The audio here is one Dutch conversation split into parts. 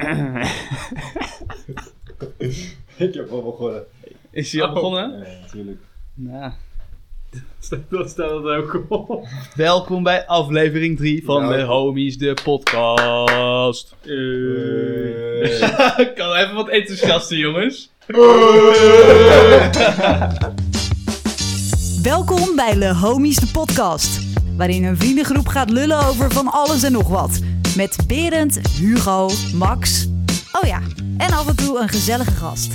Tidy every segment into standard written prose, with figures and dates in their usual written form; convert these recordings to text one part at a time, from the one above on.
Ik heb al begonnen. Is hij al begonnen? Ja, natuurlijk. Nou. Dat staat er ook op. Welkom bij aflevering 3 van de Homies, de podcast. Kan even wat enthousiaster, jongens. Welkom bij Le Homies, de podcast. Waarin een vriendengroep gaat lullen over van alles en nog wat. Met Berend, Hugo, Max. Oh ja, en af en toe een gezellige gast.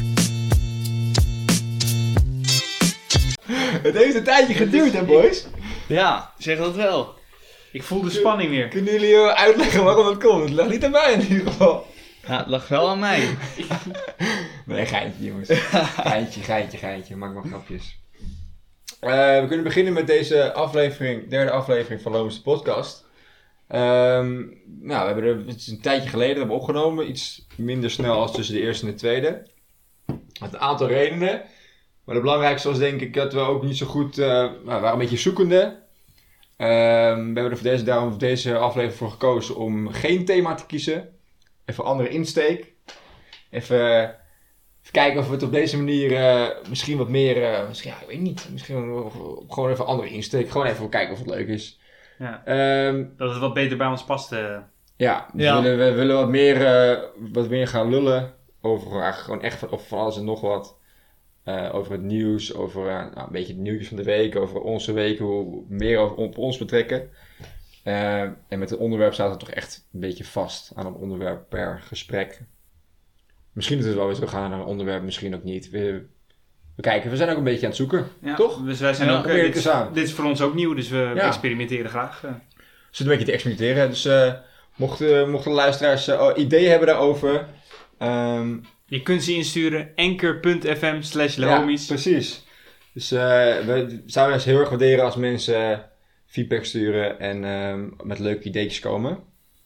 Het heeft een tijdje geduurd, hè, boys? Ja, zeg dat wel. Ik voel de spanning weer. Kunnen jullie uitleggen waarom het komt? Het lag niet aan mij in ieder geval. Ja, het lag wel aan mij. Nee, geintje, jongens. Geintje. Maak maar grapjes. We kunnen beginnen met deze aflevering, derde aflevering van Lomus de podcast. We hebben het is een tijdje geleden hebben opgenomen. Iets minder snel als tussen de eerste en de tweede. Met een aantal redenen. Maar de belangrijkste was denk ik dat we ook niet zo goed... we waren een beetje zoekende. We hebben er daarom voor deze aflevering voor gekozen om geen thema te kiezen. Even een andere insteek. Even kijken of we het op deze manier misschien wat meer... misschien gewoon even een andere insteek. Gewoon even kijken of het leuk is. Ja. Dat het wat beter bij ons past. Ja, dus Ja. we willen wat meer gaan lullen. Over eigenlijk gewoon echt van alles en nog wat. Over het nieuws, over een beetje het nieuws van de week, over onze week, hoe meer op ons betrekken. En met het onderwerp staat het toch echt een beetje vast aan een onderwerp per gesprek. Misschien dat we wel weer zo gaan naar een onderwerp, misschien ook niet. We kijken, we zijn ook een beetje aan het zoeken, Ja, toch? Dus wij zijn Ja, ook... probeer het eens aan. Dit is voor ons ook nieuw, dus we Ja. experimenteren graag. We zitten een beetje te experimenteren, dus mochten de luisteraars ideeën hebben daarover... Je kunt ze insturen anchor.fm/lehomies. Ja, precies. Dus we zouden het heel erg waarderen als mensen feedback sturen en met leuke ideetjes komen.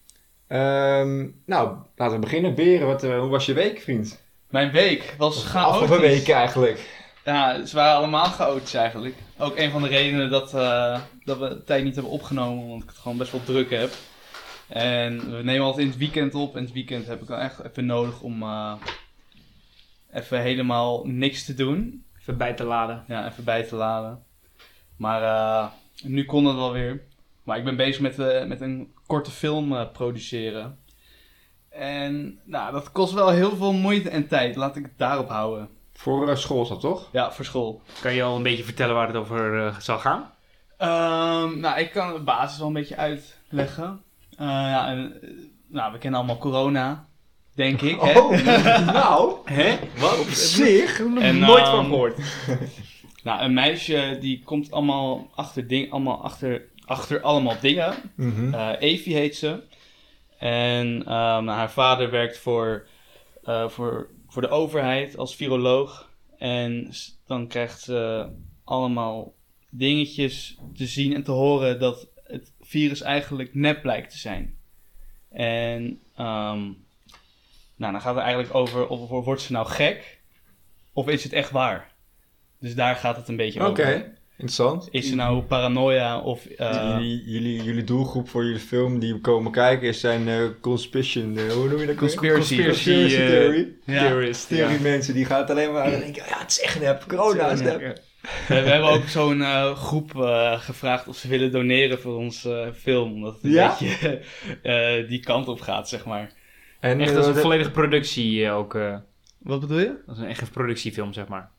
Laten we beginnen. Beren, hoe was je week, vriend? Mijn week was chaotisch. Afgelopen weken eigenlijk. Ja, ze waren allemaal chaotisch eigenlijk. Ook een van de redenen dat we de tijd niet hebben opgenomen, want ik het gewoon best wel druk heb. En we nemen altijd in het weekend op en het weekend heb ik dan echt even nodig om even helemaal niks te doen. Even bij te laden. Ja, even bij te laden. Maar nu kon het wel weer. Maar ik ben bezig met een korte film produceren. En nou, dat kost wel heel veel moeite en tijd. Laat ik het daarop houden. Voor school is dat toch? Ja, voor school. Kan je al een beetje vertellen waar het over zal gaan? Ik kan de basis wel een beetje uitleggen. We kennen allemaal corona, denk ik. Hè? Oh, nou, Hè? Wat? op zich. En, Nooit van gehoord. Nou, een meisje die komt allemaal achter allemaal dingen. Evie heet ze. En haar vader werkt voor de overheid als viroloog. En dan krijgt ze allemaal dingetjes te zien en te horen dat het virus eigenlijk nep blijkt te zijn. En dan gaat het eigenlijk over wordt ze nou gek of is het echt waar? Dus daar gaat het een beetje over. Oké, interessant. Is ze nou paranoia of... Jullie doelgroep voor jullie film die komen kijken zijn conspiracy, hoe noem je dat? Conspiracy theory. Theorist. Theorie mensen die gaan het alleen maar aan denken, ja het is echt nep, corona is nep. We hebben ook zo'n groep gevraagd of ze willen doneren voor ons film. Omdat het een beetje die kant op gaat, zeg maar. En Echt als een volledige productie ook. Wat bedoel je? Als een echt productiefilm, zeg maar.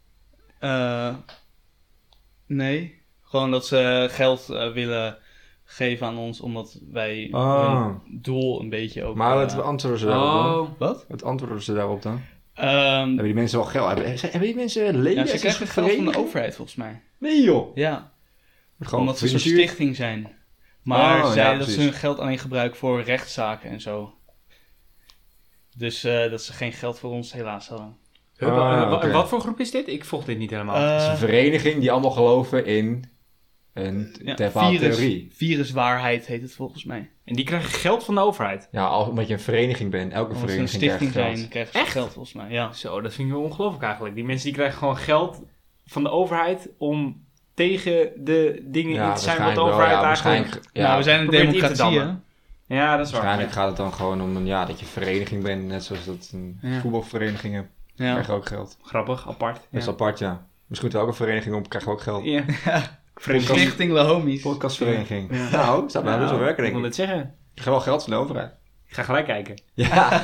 Nee. Gewoon dat ze geld willen geven aan ons, omdat wij hun doel een beetje ook... Maar wat antwoorden ze daarop dan? Wat? Wat antwoorden ze daarop dan? Hebben die mensen wel geld? Hebben die mensen leden? Ja, ze krijgen geld van de overheid, volgens mij. Nee joh! Ja. Gewoon Omdat ze zo'n gefinancierd. stichting zijn. Maar zeiden dat ze precies. hun geld alleen gebruiken voor rechtszaken en zo. Dus dat ze geen geld voor ons helaas hadden. Oké. Wat voor groep is dit? Ik volg dit niet helemaal. Het is een vereniging die allemaal geloven in een theorie. Viruswaarheid heet het volgens mij. En die krijgen geld van de overheid. Ja, omdat je een vereniging bent. Elke Als ze een vereniging stichting krijgt geld. zijn, krijgen ze geld volgens mij. Ja. Zo, dat vind ik wel ongelooflijk eigenlijk. Die mensen die krijgen gewoon geld van de overheid om tegen de dingen in te zijn wat de overheid eigenlijk... Ja, Nou, we zijn een probeert in te democratie, hè? dammen. Ja, dat is waar. Waarschijnlijk gaat het dan gewoon om dat je vereniging bent. Net zoals dat een voetbalvereniging hebt. Krijg je ook geld. Grappig, apart. Dat is apart, ja. Misschien wel ook een vereniging op, krijg je ook geld. Ja. Richting de homies. Podcastvereniging. Ja. Nou, staat bij best wel werken, denk ik. Ik wil het zeggen. Je krijgt wel geld van de overheid. Ik ga gelijk kijken. Ja.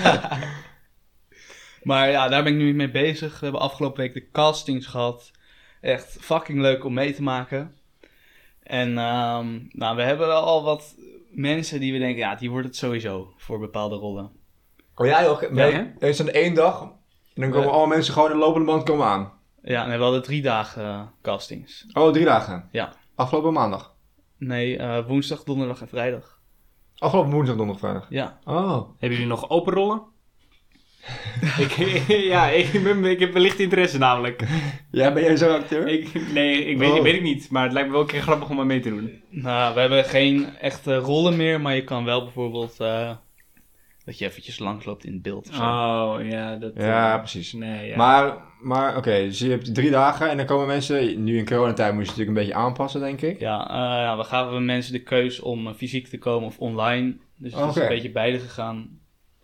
Maar ja, daar ben ik nu mee bezig. We hebben afgelopen week de castings gehad. Echt fucking leuk om mee te maken. En we hebben wel al wat mensen die we denken, die wordt het sowieso voor bepaalde rollen. Oh ja, joh. Ja, er is dan 1 dag en dan komen alle mensen gewoon in de lopende band komen aan. Ja, nee, we hadden 3 dagen castings. Oh, 3 dagen? Ja. Afgelopen maandag? Nee, woensdag, donderdag en vrijdag. Afgelopen woensdag, donderdag, vrijdag? Ja. Oh. Hebben jullie nog open rollen? ik heb wellicht interesse namelijk. Ja, ben jij zo acteur? Ik weet ik niet. Maar het lijkt me wel een keer grappig om mee te doen. Nou, we hebben geen echte rollen meer, maar je kan wel bijvoorbeeld dat je eventjes langsloopt in het beeld of zo. Oh, ja. Ja, precies. Nee, ja. Maar oké, dus je hebt 3 dagen en dan komen mensen... Nu in coronatijd moet je natuurlijk een beetje aanpassen, denk ik. Ja, we gaven mensen de keus om fysiek te komen of online. Dus het is een beetje beide gegaan.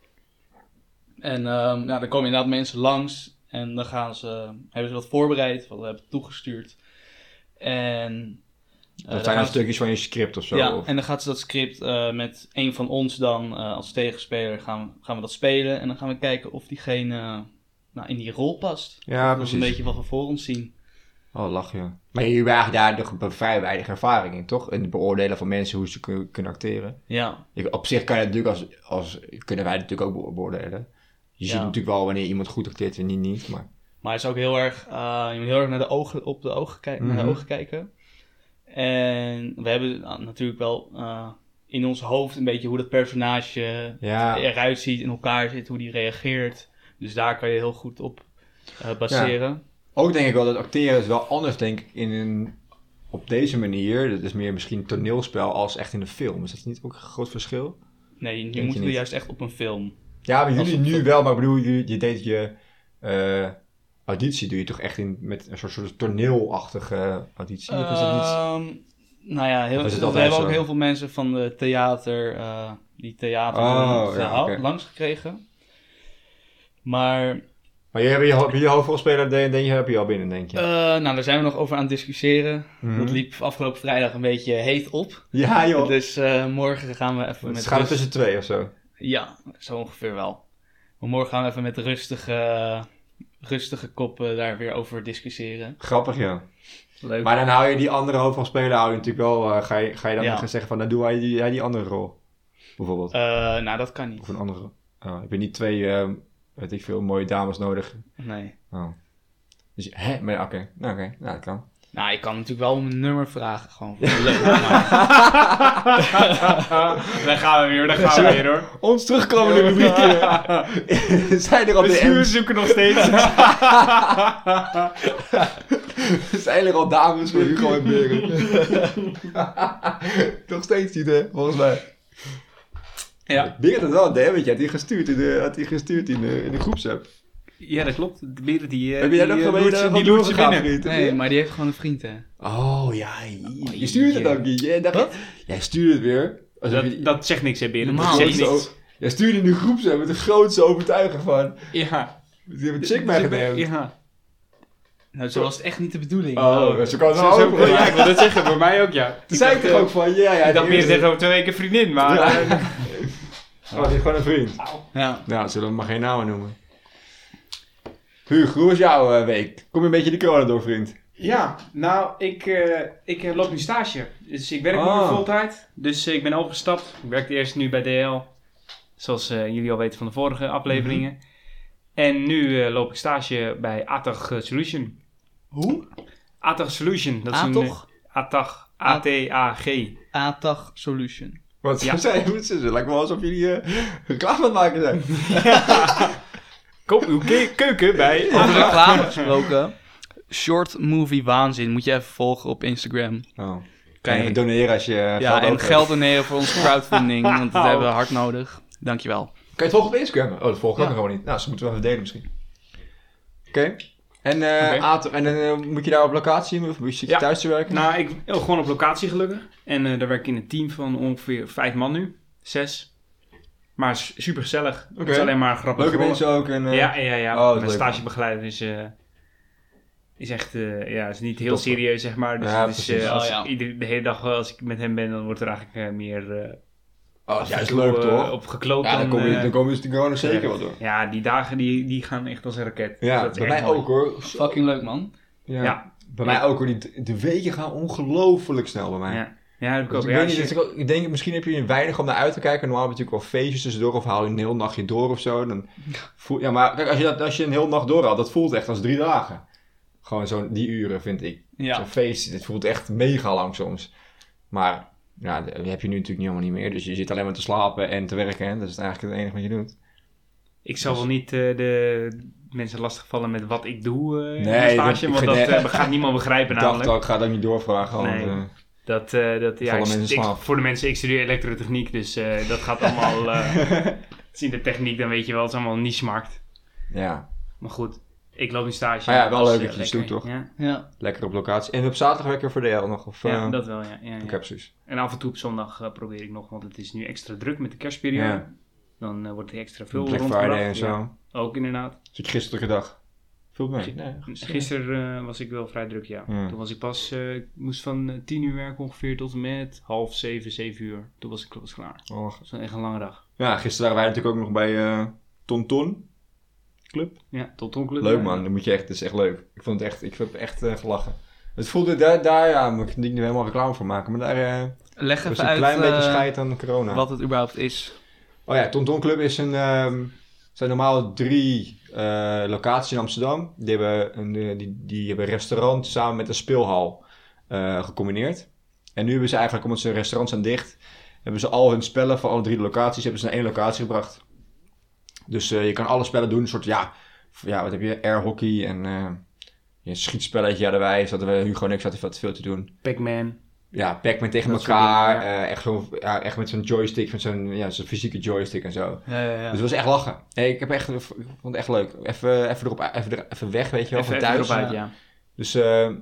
En dan komen inderdaad mensen langs en dan hebben ze wat voorbereid, wat we hebben toegestuurd. En dat zijn dan stukjes van je script of zo? Ja, of? en dan gaat ze dat script met een van ons dan als tegenspeler gaan we dat spelen. En dan gaan we kijken of diegene in die rol past. Ja, of precies. een beetje wat we voor ons zien. Oh, lach je. Maar jullie hebben daar toch een vrij weinig ervaring in, toch? In het beoordelen van mensen hoe ze kunnen acteren. Ja. Op zich kan je natuurlijk kunnen wij natuurlijk ook beoordelen. Je ziet natuurlijk wel wanneer iemand goed acteert en niet. Maar het is ook heel erg, je moet heel erg naar de ogen kijken. En we hebben natuurlijk wel in ons hoofd een beetje hoe dat personage eruit ziet, in elkaar zit, hoe die reageert. Dus daar kan je heel goed op baseren. Ja. Ook denk ik wel dat acteren is wel anders, denk ik, op deze manier. Dat is meer misschien toneelspel als echt in een film. Is dat niet ook een groot verschil? Nee, je moet juist echt op een film. Ja, maar jullie nu wel, maar ik bedoel, je deed je auditie, doe je toch echt met een soort toneelachtige auditie? Of is dat niet? Nou ja, we hebben ook heel veel mensen van de theater, die theater langs gekregen. Maar je hebt je hoofdrolspeler, heb je al binnen, denk je? Daar zijn we nog over aan het discussiëren. Dat liep afgelopen vrijdag een beetje heet op. Ja, joh. Dus morgen gaan we even met... Gaat het tussen 2 of zo? Ja, zo ongeveer wel. Maar morgen gaan we even met rustige koppen daar weer over discussiëren. Grappig, ja. Leuk. Maar dan hou je die andere hoofdrolspeler, natuurlijk wel... Ga je dan gaan zeggen van, dan doe jij die andere rol? Bijvoorbeeld. Dat kan niet. Of een andere rol. Heb je niet 2... weet ik veel, mooie dames nodig. Nee. Oh. Dus, oké, dat kan. Nou, ik kan natuurlijk wel om een nummer vragen, gewoon voor leuk. Daar gaan we weer hoor. Ons terugkomende rubriekje. Zijn er al we zoeken nog steeds. Zijn er al dames voor Hugo en Beren? Nog steeds niet, hè, volgens mij. Ja. Beren had wel een DM'tje, had hij gestuurd in de groepsapp. Ja, dat klopt. De Beren die... Heb jij nog geweest? Die loert je binnen. Nee, maar die heeft gewoon een vriend, hè. Oh, ja. Je stuurt het ook niet. Jij stuurt het weer. Dat zegt niks, hè, Beren. Normaal. Dat zegt niks. Jij stuurde in de groepsapp met de grootste overtuiging van... Ja. Die hebben chick mij gedemd. Ja. Nou, zo was het echt niet de bedoeling. Zo kan het wel ook. Ja, ik wil dat zeggen. Voor mij ook, ja. Toen zei ik toch ook van... Ik dacht meer zeggen over 2 weken vriendin, maar... die heeft gewoon een vriend. Ja. Nou, zullen we maar geen namen noemen. Hugo, hoe was jouw week? Kom je een beetje de corona door, vriend? Ja, nou, ik loop nu stage. Dus ik werk nu voltijd. Dus ik ben overgestapt. Ik werkte eerst nu bij DL. Zoals jullie al weten van de vorige afleveringen. En nu loop ik stage bij ATAG Solution. Hoe? ATAG Solution. Dat is ATAG? ATAG. A-T-A-G. ATAG Solution. Wat zei je? Ze lijkt wel alsof jullie reclame aan het maken zijn. Koop uw keuken bij... Over reclame gesproken. Short Movie Waanzin. Moet je even volgen op Instagram. Oh. Kan je doneren als je geld doneren voor onze crowdfunding. Want dat hebben we hard nodig. Dankjewel. Kan je het volgen op Instagram? Oh, dat volgen we gewoon niet. Nou, ze moeten we even delen misschien. Oké. En moet je daar op locatie of moet je thuis te werken? Nou, ik gewoon op locatie gelukkig. En daar werk ik in een team van ongeveer 5 man nu. 6. Maar super gezellig. Oké. Het is alleen maar grappig. Leuke mensen ook. En, Ja. Oh, Mijn leuk, stagebegeleider is echt, is niet heel Topper. serieus, zeg maar. Dus Ja, het is, precies. als Oh, ja. de hele dag als ik met hem ben, dan wordt er eigenlijk meer Oh, dat is juist af en toe, leuk, toch? op gekloot. Ja, dan komen dus de corona zeker wel door. Ja, die dagen die gaan echt als een raket. Ja, Dat is bij echt mij mooi. ook hoor. Fucking leuk, man. Ja. Bij mij ook hoor. De weken gaan ongelooflijk snel bij mij. Ja, heb ik ook. Dus Ja, ik, weet niet, ik denk, misschien heb je weinig om naar uit te kijken. Normaal heb je natuurlijk wel feestjes tussendoor of haal je een heel nachtje door of zo. Dan ja, maar kijk, als je een heel nacht door had, dat voelt echt als 3 dagen. Gewoon die uren, vind ik. Ja. Zo'n feest, dit voelt echt mega lang soms. Maar ja, dat heb je nu natuurlijk niet helemaal niet meer. Dus je zit alleen maar te slapen en te werken. En dat is eigenlijk het enige wat je doet. Ik zal wel niet de mensen lastigvallen met wat ik doe in Nee, mijn stage, dat- want ik- dat gaat niemand begrijpen Ik dacht namelijk. al, ik ga dat niet doorvragen. Nee. Want, Dat vallen mensen slaap. voor de mensen, ik studeer elektrotechniek, dus dat gaat allemaal... het is in de techniek, dan weet je wel, het is allemaal een niche-markt. ja, Maar goed, ik loop in stage. Maar ja, wel dat is, leuk dat je iets lekker. doet, toch? Ja, lekker op locatie. En op zaterdag werk je voor DL nog? Of, ja dat wel, ja. Oké, precies. En af en toe op zondag probeer ik nog, want het is nu extra druk met de kerstperiode. Ja. Dan wordt er extra veel Black rondgebracht. Friday en zo. Ja, ook inderdaad. Zit je gisteren dag? Vult mee? Nee. Gisteren was ik wel vrij druk, ja. Ja. Toen was ik pas, ik moest van 10 uur werken ongeveer tot en met 6:30, 7 uur. Toen was ik klaar. Oh. Dat was echt een lange dag. Ja, gisteren waren wij natuurlijk ook nog bij Tonton Club. Ja, tot onclub. Leuk man, dan moet je echt, het is echt leuk. Ik heb echt gelachen. Het voelde daar ja, maar ik kan niet helemaal reclame voor maken, maar daar Leg was even een uit klein beetje scheid aan corona. wat het überhaupt is. Oh ja, Tonton Club is zijn normaal 3 locaties in Amsterdam. Die hebben een restaurant samen met een speelhal gecombineerd. En nu hebben ze eigenlijk, omdat ze restaurants zijn dicht, hebben ze al hun spellen van alle 3 locaties hebben ze naar 1 locatie gebracht. Dus je kan alle spellen doen, een soort, wat heb je, airhockey en een schietspelletje erbij. Hugo en ik zaten wat veel te doen. Pac-Man. Ja, Pac-Man tegen Dat soort elkaar. dingen, Echt met zo'n joystick, met zo'n fysieke joystick en zo. Ja. Dus het was echt lachen. Hey, ik vond het echt leuk. Even weg, weet je wel, van thuis. Erop uit, ja. Dus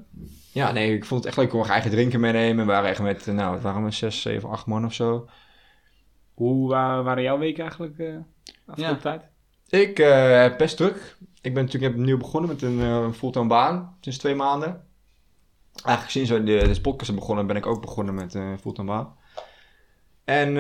ik vond het echt leuk. Ik kon mijn eigen drinken meenemen. We waren echt met, het waren maar 6, 7, 8 man of zo. Hoe waren jouw weken eigenlijk afgelopen tijd? Ik heb best druk. Ik heb opnieuw begonnen met een fulltime baan sinds 2 maanden. Eigenlijk sinds we deze podcast zijn begonnen, ben ik ook begonnen met een fulltime baan. En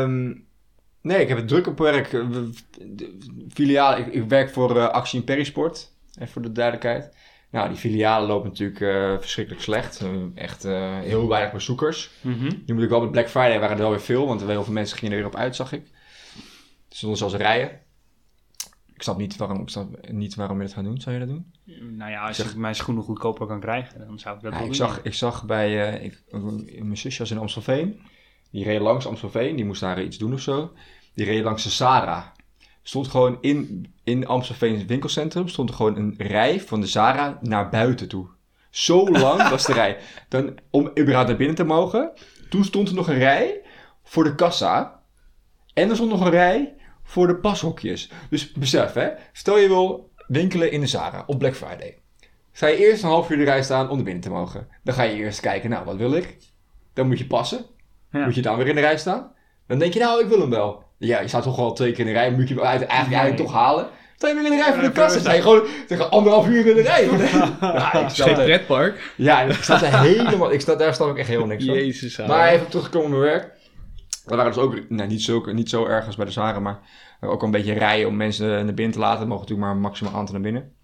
ik heb het druk op werk. Filiaal, ik werk voor Actie in Perisport. Even voor de duidelijkheid. Nou, die filialen lopen natuurlijk verschrikkelijk slecht. Echt heel weinig bezoekers. Nu moet ik wel met Black Friday waren er wel weer veel, want heel veel mensen gingen er weer op uit, zag ik. Er stonden zelfs rijen. Ik snap niet waarom je dat gaat doen. Zou je dat doen? Nou ja, als ik mijn schoenen goedkoper kan krijgen, dan zou ik dat wel doen. Ik zag bij... mijn zusje was in Amstelveen. Die reed langs Amstelveen. Die moest daar iets doen of zo. Die reed langs de Zara. Stond gewoon in Amstelveen winkelcentrum. Stond er gewoon een rij van de Zara naar buiten toe. Zo lang was de rij. Dan, om überhaupt naar binnen te mogen. Toen stond er nog een rij voor de kassa. En er stond nog een rij voor de pashokjes. Dus besef hè. Stel je wil winkelen in de Zara op Black Friday. Ga je eerst een half uur de rij staan om er binnen te mogen. Dan ga je eerst kijken, nou wat wil ik? Dan moet je passen. Ja. Moet je dan weer in de rij staan. Dan denk je, nou ik wil hem wel. Ja, je staat toch al 2 keer in de rij. Moet je hem eigenlijk toch halen. Sta je weer in de rij voor de kassa. Sta je gewoon tegen 1,5 uur in de rij. Geen pretpark. Ja, ik sta er helemaal... Daar snap ik echt heel niks van. Jezus. Maar even teruggekomen op mijn werk. Er waren dus ook, niet zo erg als bij de Zara, maar ook al een beetje rijen om mensen naar binnen te laten. Er mogen natuurlijk maar een maximaal aantal naar binnen.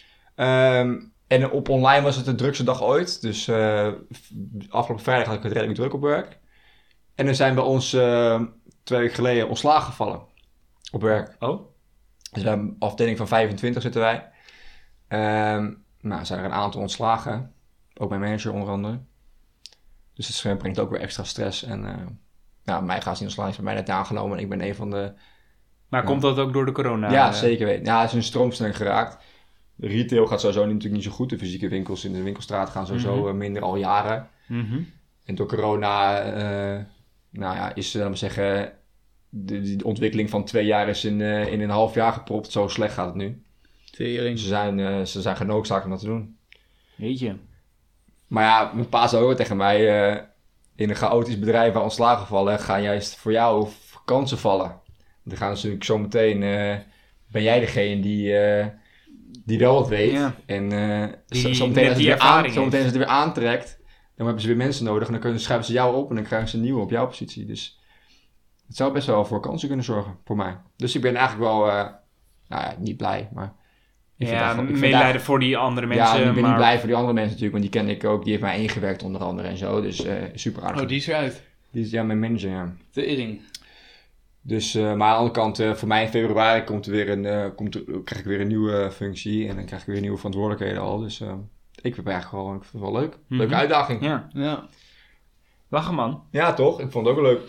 En op online was het de drukste dag ooit. Dus afgelopen vrijdag had ik het redelijk druk op werk. En er zijn bij ons 2 weken geleden ontslagen gevallen op werk. Oh? Dus we hebben een afdeling van 25 zitten wij. Zijn er een aantal ontslagen. Ook mijn manager onder andere. Dus het brengt ook weer extra stress. En mij gaan ze niet ontslagen. Is bij mij net aangenomen. En ik ben een van de... Maar komt dat ook door de corona? Ja, zeker weten. Ja, het is een stroomstelling geraakt. De retail gaat sowieso natuurlijk niet zo goed. De fysieke winkels in de winkelstraat gaan sowieso minder al jaren. En door corona is, laten we zeggen, de ontwikkeling van 2 jaar is in een half jaar gepropt. Zo slecht gaat het nu. Ze zijn genoodzaakt om dat te doen. Weet je. Maar ja, mijn pa zei ook tegen mij, in een chaotisch bedrijf waar ontslagen vallen, gaan juist voor jou kansen vallen. Dan gaan ze natuurlijk zometeen... ben jij degene die wel wat weet. Ja. En Die zometeen net als die het ervaring zometeen als het er weer aantrekt... dan hebben ze weer mensen nodig. En dan schrijven ze jou op en dan krijgen ze een nieuwe op jouw positie. Dus het zou best wel voor kansen kunnen zorgen, voor mij. Dus ik ben eigenlijk wel... niet blij, maar... medelijden voor die andere mensen. Ja, ik ben maar... niet blij voor die andere mensen natuurlijk, want die ken ik ook. Die heeft mij ingewerkt onder andere en zo. Dus super aardig. Oh, die is eruit. Die is mijn manager, ja. Tering. Dus, maar aan de andere kant, voor mij in februari krijg ik weer een nieuwe functie. En dan krijg ik weer nieuwe verantwoordelijkheden al. Dus ik vind het wel leuk. Leuke uitdaging. Ja. Lachen, man. Ja, toch? Ik vond het ook leuk.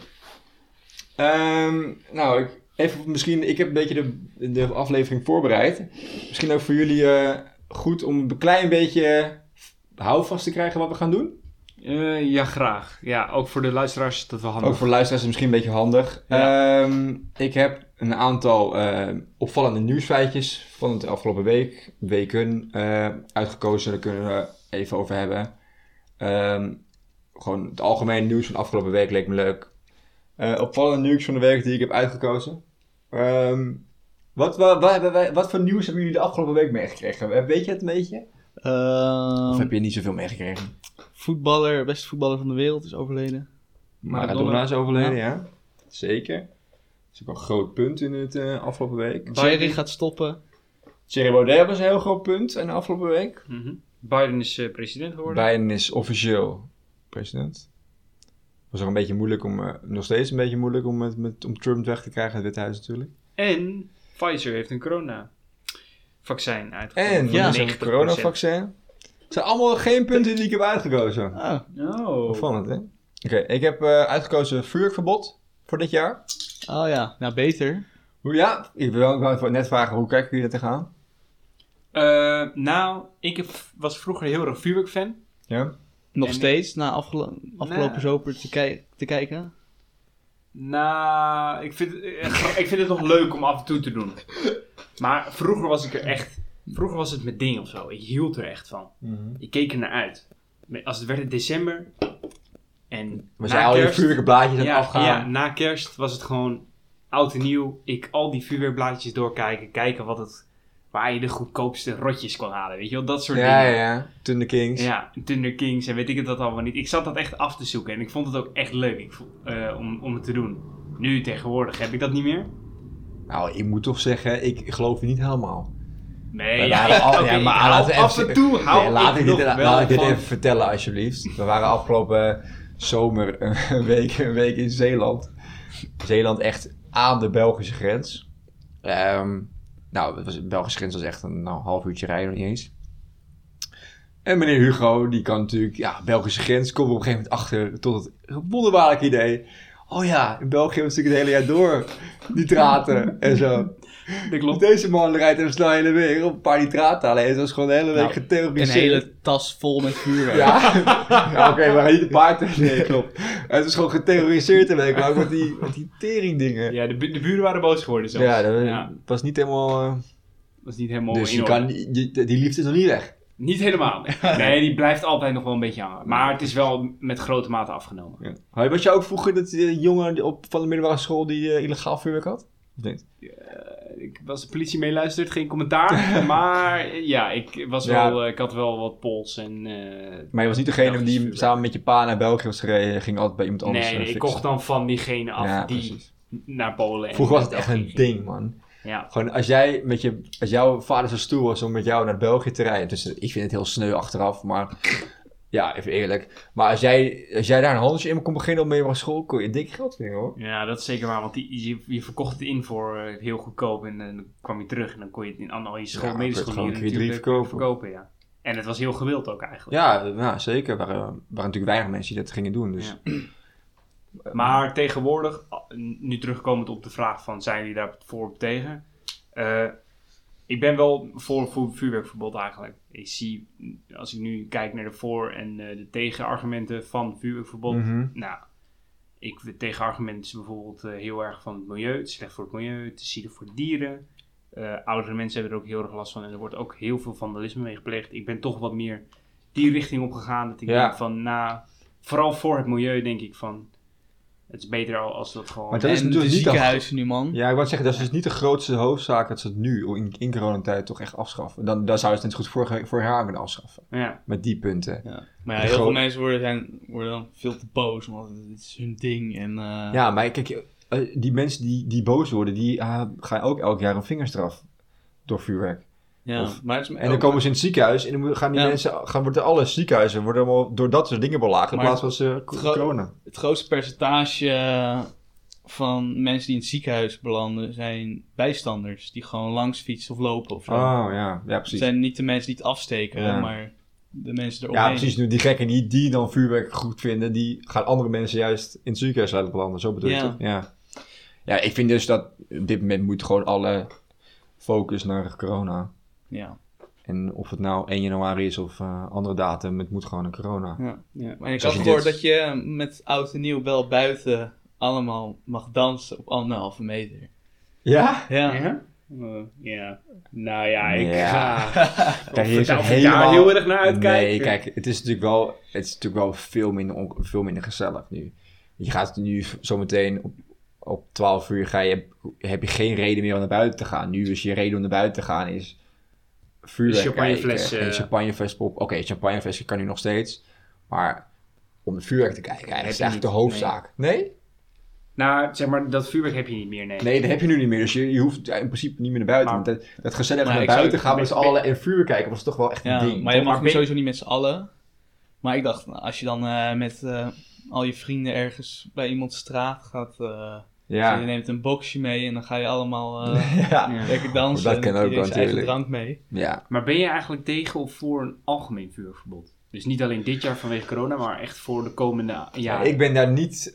Ik heb een beetje de aflevering voorbereid. Misschien ook voor jullie goed om een klein beetje houvast te krijgen wat we gaan doen. Ja, graag. Ja, ook voor de luisteraars is dat wel handig. Ook voor de luisteraars is het misschien een beetje handig. Ja. Ik heb een aantal opvallende nieuwsfeitjes van de afgelopen weken uitgekozen. Daar kunnen we even over hebben. Gewoon het algemene nieuws van de afgelopen week leek me leuk. Opvallende nieuws van de week die ik heb uitgekozen. Wat voor nieuws hebben jullie de afgelopen week meegekregen? Weet je het een beetje? Of heb je niet zoveel meegekregen? Beste voetballer van de wereld is overleden. Maradona is overleden, ja. Zeker. Dat is ook een groot punt in het afgelopen week. Thierry gaat stoppen. Thierry Baudet was een heel groot punt in de afgelopen week. Mm-hmm. Biden is president geworden. Biden is officieel president. Was nog nog steeds een beetje moeilijk om Trump weg te krijgen uit het Witte Huis natuurlijk. En Pfizer heeft een corona-vaccin uitgevoerd. En een coronavaccin. Het zijn allemaal geen punten die ik heb uitgekozen. Oh. Opvallend, hè? Oké, ik heb uitgekozen vuurwerkverbod voor dit jaar. Oh ja, nou beter. Ja, ik wou net vragen, hoe kijken jullie er tegenaan? Ik was vroeger heel erg vuurwerkfan. Ja? Nog steeds, na afgelopen zomer te kijken? Nou, ik vind het nog leuk om af en toe te doen. Maar vroeger was het met dingen of zo. Ik hield er echt van. Mm-hmm. Ik keek er naar uit. Als het werd in december en Was jij al je vuurwerkblaadjes aan het afgaan? Ja, na kerst was het gewoon oud en nieuw. Al die vuurwerkblaadjes doorkijken. Kijken waar je de goedkoopste rotjes kon halen. Weet je wel, dat soort dingen. Ja. Thunder Kings. Ja, Thunder Kings en weet ik het dat allemaal niet. Ik zat dat echt af te zoeken en ik vond het ook echt leuk om het te doen. Nu tegenwoordig heb ik dat niet meer. Nou, ik moet toch zeggen, ik geloof je niet helemaal. Nee, maar af en toe laat ik dit even vertellen alsjeblieft. We waren afgelopen zomer een week in Zeeland. Zeeland echt aan de Belgische grens. De Belgische grens was echt een half uurtje rijden, nog niet eens. En meneer Hugo, die kan natuurlijk, Belgische grens, komt op een gegeven moment achter tot het wonderbaarlijk idee. Oh ja, in België was natuurlijk het hele jaar door nitraten en zo. Dat klopt. Deze man rijdt hem snel heen en weer op een paar nitraten halen. Het was gewoon de hele week geterroriseerd. Een hele tas vol met vuurwerk. Oké, maar niet een paar. Nee, klopt. Het is gewoon geterroriseerd een week lang met die teringdingen. Ja, de buren waren boos geworden zelfs. Ja, dat was niet helemaal... was niet helemaal dus die liefde is nog niet weg. Niet helemaal. Nee, die blijft altijd nog wel een beetje hangen. Maar het is wel met grote mate afgenomen. Ja. Was je ook vroeger dat jongen van de middelbare school die illegaal vuurwerk had? Of niet? Als de politie meeluistert, geen commentaar. Maar ja, ik had wel wat pols. Maar je was niet degene die samen met je pa naar België was gereden. Ging altijd bij iemand anders. Nee, ik kocht dan van diegene af die precies. Naar Polen. Vroeger was het echt een ding, man. Ja. Gewoon als jouw vader zo stoer was om met jou naar België te rijden. Dus ik vind het heel sneu achteraf, maar ja, even eerlijk. Maar als jij daar een handje in kon beginnen op middelbare school, kon je dik geld vinden, hoor. Ja, dat is zeker waar, want je verkocht het in voor heel goedkoop en dan kwam je terug en dan kon je het in al je school, medeschool verkopen. Ja. En het was heel gewild ook eigenlijk. Ja, zeker. Er waren natuurlijk weinig mensen die dat gingen doen, dus... Ja. Maar tegenwoordig, nu terugkomend op de vraag van zijn jullie daar voor of tegen? Ik ben wel voor vuurwerkverbod eigenlijk. Ik zie, als ik nu kijk naar de voor- en de tegenargumenten van vuurwerkverbod. Mm-hmm. De tegenargument is bijvoorbeeld heel erg van het milieu. Het is slecht voor het milieu, het is zielig voor de dieren. Oudere mensen hebben er ook heel erg last van en er wordt ook heel veel vandalisme mee gepleegd. Ik ben toch wat meer die richting op gegaan. Dat ik denk van, vooral voor het milieu denk ik van... Het is beter als dat gewoon... Maar dat is en natuurlijk de niet ziekenhuizen nu, man. Ja, ik wou zeggen, dat is dus niet de grootste hoofdzaak dat ze het nu in coronatijd toch echt afschaffen. Dan zouden ze het net goed vorig jaar kunnen afschaffen. Ja. Met die punten. Ja. Maar ja, heel veel mensen worden dan veel te boos, want het is hun ding. En, Ja, maar kijk, die mensen die boos worden, die gaan ook elk jaar een vingerstraf door vuurwerk. ja, maar En dan komen ze in het ziekenhuis en dan gaan die mensen, worden alle ziekenhuizen worden allemaal door dat soort dingen belaagd in Maar plaats van corona. het grootste percentage van mensen die in het ziekenhuis belanden zijn bijstanders. Die gewoon langs fietsen of lopen of zo. Oh, ja, Het precies. zijn niet de mensen die het afsteken, Ja. maar de mensen eromheen. Ja, precies. Nu die gekken die dan vuurwerk goed vinden, die gaan andere mensen juist in het ziekenhuis laten belanden. Zo bedoel je Ja. toch? Ja. Ja, ik vind dus dat op dit moment moet gewoon alle focus naar corona. Ja. En of het nou 1 januari is of andere datum, het moet gewoon naar corona. Ja. Ja. En ik Zoals had je gehoord dit- dat je met oud en nieuw wel buiten allemaal mag dansen op 1,5 meter. Ja? Ja. Ja? Ja. Nou ja, ik Ja. ga... Kijk, hier is Of het ik daar heel erg naar uitkijk. Nee, kijk, het is natuurlijk wel veel minder gezellig nu. Je gaat nu zometeen op 12 uur heb je geen reden meer om naar buiten te gaan. Nu is je reden om naar buiten te gaan is vuurwerk Champagnefles, kijken. Geen champagnefles pop. Oké, champagnefles kan nu nog steeds. Maar om de vuurwerk te kijken, Heb is je eigenlijk niet. de hoofdzaak. Nee? Nou, zeg maar, dat vuurwerk heb je niet meer, nee. Nee, dat heb je nu niet meer. Dus je hoeft in principe niet meer naar buiten. Maar- Want dat gezellig Maar naar ik buiten zou- gaan met z'n allen en vuurwerk kijken was toch wel echt een Ja, ding. maar je toch? mag Maar nu sowieso niet met z'n allen. Maar ik dacht, nou, als je dan met al je vrienden ergens bij iemands straat gaat... Ja. Je neemt een boxje mee en dan ga je allemaal Ja. lekker dansen. Dat kan en ook iedereen zijn eigen natuurlijk. drank mee. Ja. Maar ben je eigenlijk tegen of voor een algemeen vuurwerkverbod? Dus niet alleen dit jaar vanwege corona, maar echt voor de komende Ja, jaren. ik ben daar niet...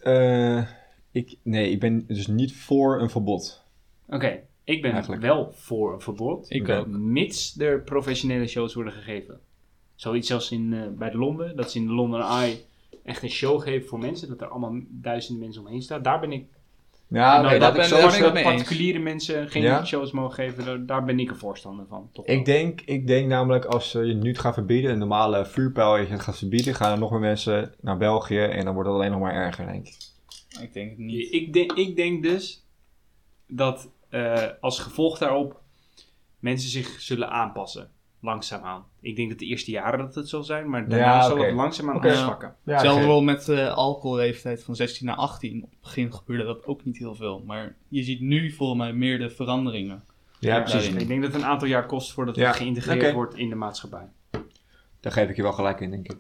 ik ben dus niet voor een verbod. Oké, ik ben Eigenlijk. wel voor een verbod. Ik Oké. ook. Mits er professionele shows worden gegeven. Zoiets als bij de Londen. Dat ze in de London Eye echt een show geven voor mensen. Dat er allemaal duizenden mensen omheen staan. Daar ben ik... Ja, nou, nee, dat dat ik ben- zo daar Als ben ik dat mee eens. particuliere mensen geen Ja? shows mogen geven, daar ben ik een voorstander van. Toch wel. Ik denk namelijk als je nu het gaat verbieden, een normale vuurpijl je het gaat verbieden, gaan er nog meer mensen naar België en dan wordt het alleen nog maar erger, denk ik. Ik denk het niet. Ik denk dus dat als gevolg daarop mensen zich zullen aanpassen. Langzaamaan. Ik denk dat de eerste jaren dat het zal zijn, maar daarna Ja, zal oké. het langzaamaan Oké. afzwakken. Ja, Hetzelfde wel met alcoholleeftijd van 16 naar 18. Op het begin gebeurde dat ook niet heel veel. Maar je ziet nu volgens mij meer de veranderingen. Ja, precies. daarin. Ik denk dat het een aantal jaar kost voordat Ja, het geïntegreerd oké. wordt in de maatschappij. Daar geef ik je wel gelijk in, denk ik.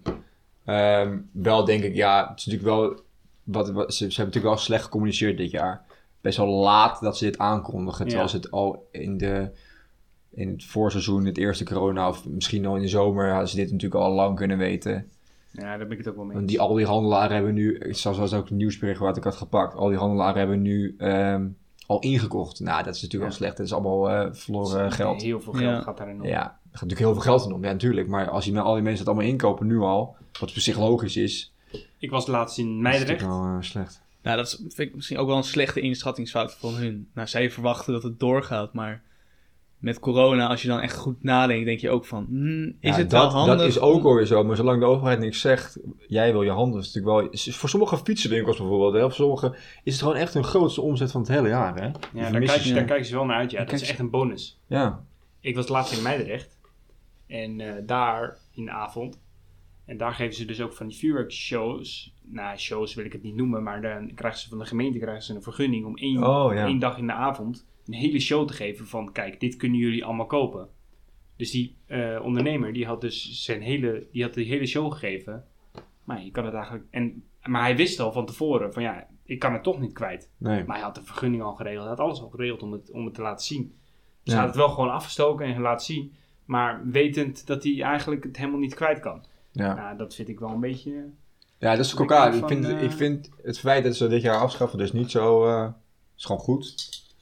Wel denk ik, ja, het is natuurlijk wel, ze hebben natuurlijk wel slecht gecommuniceerd dit jaar. Best wel laat dat ze dit aankondigen, terwijl ze het al in het voorseizoen, het eerste corona, of misschien al in de zomer, hadden ze dit natuurlijk al lang kunnen weten. Ja, daar ben ik het ook wel mee Want eens. al die handelaren hebben nu, zoals ook een nieuwsbericht wat ik had gepakt, al die handelaren hebben nu al ingekocht. Nou, dat is natuurlijk wel slecht. Dat is allemaal verloren geld. Heel veel geld Ja. gaat daarin om. Ja, er gaat natuurlijk heel veel geld in om. Ja, natuurlijk. Maar als je met al die mensen het allemaal inkopen nu al, wat op zich logisch is, Ik was laatst in is het Meidrecht. natuurlijk wel slecht. Nou, dat vind ik misschien ook wel een slechte inschattingsfout van hun. Nou, zij verwachten dat het doorgaat, maar met corona, als je dan echt goed nadenkt, denk je ook van, is Ja, het wel handig? Dat is ook alweer zo. Maar zolang de overheid niks zegt, jij wil je handelen, is het natuurlijk wel... Voor sommige fietsenwinkels bijvoorbeeld, hè, voor sommige is het gewoon echt hun grootste omzet van het hele jaar. Hè? Die Ja, daar vermissen ze. kijken ze wel naar uit. Ja, dat is echt een bonus. Ja. Ik was laatst in Meidrecht. En daar in de avond. En daar geven ze dus ook van die vuurwerkshows. Nou, shows wil ik het niet noemen. Maar dan krijgen ze van de gemeente een vergunning om één dag in de avond een hele show te geven van, kijk, dit kunnen jullie allemaal kopen. Dus die ondernemer, die had dus die had de hele show gegeven. Maar je kan het eigenlijk... Maar hij wist al van tevoren van, ja, ik kan het toch niet kwijt. Nee. Maar hij had de vergunning al geregeld. Hij had alles al geregeld om het te laten zien. Dus Ja. hij had het wel gewoon afgestoken en laten zien. Maar wetend dat hij eigenlijk het helemaal niet kwijt kan. Ja. Nou, dat vind ik wel een beetje... Ja, dat is ook Ik elkaar. denk van, Ik vind het feit dat ze dit jaar afschaffen dus niet zo... is gewoon goed.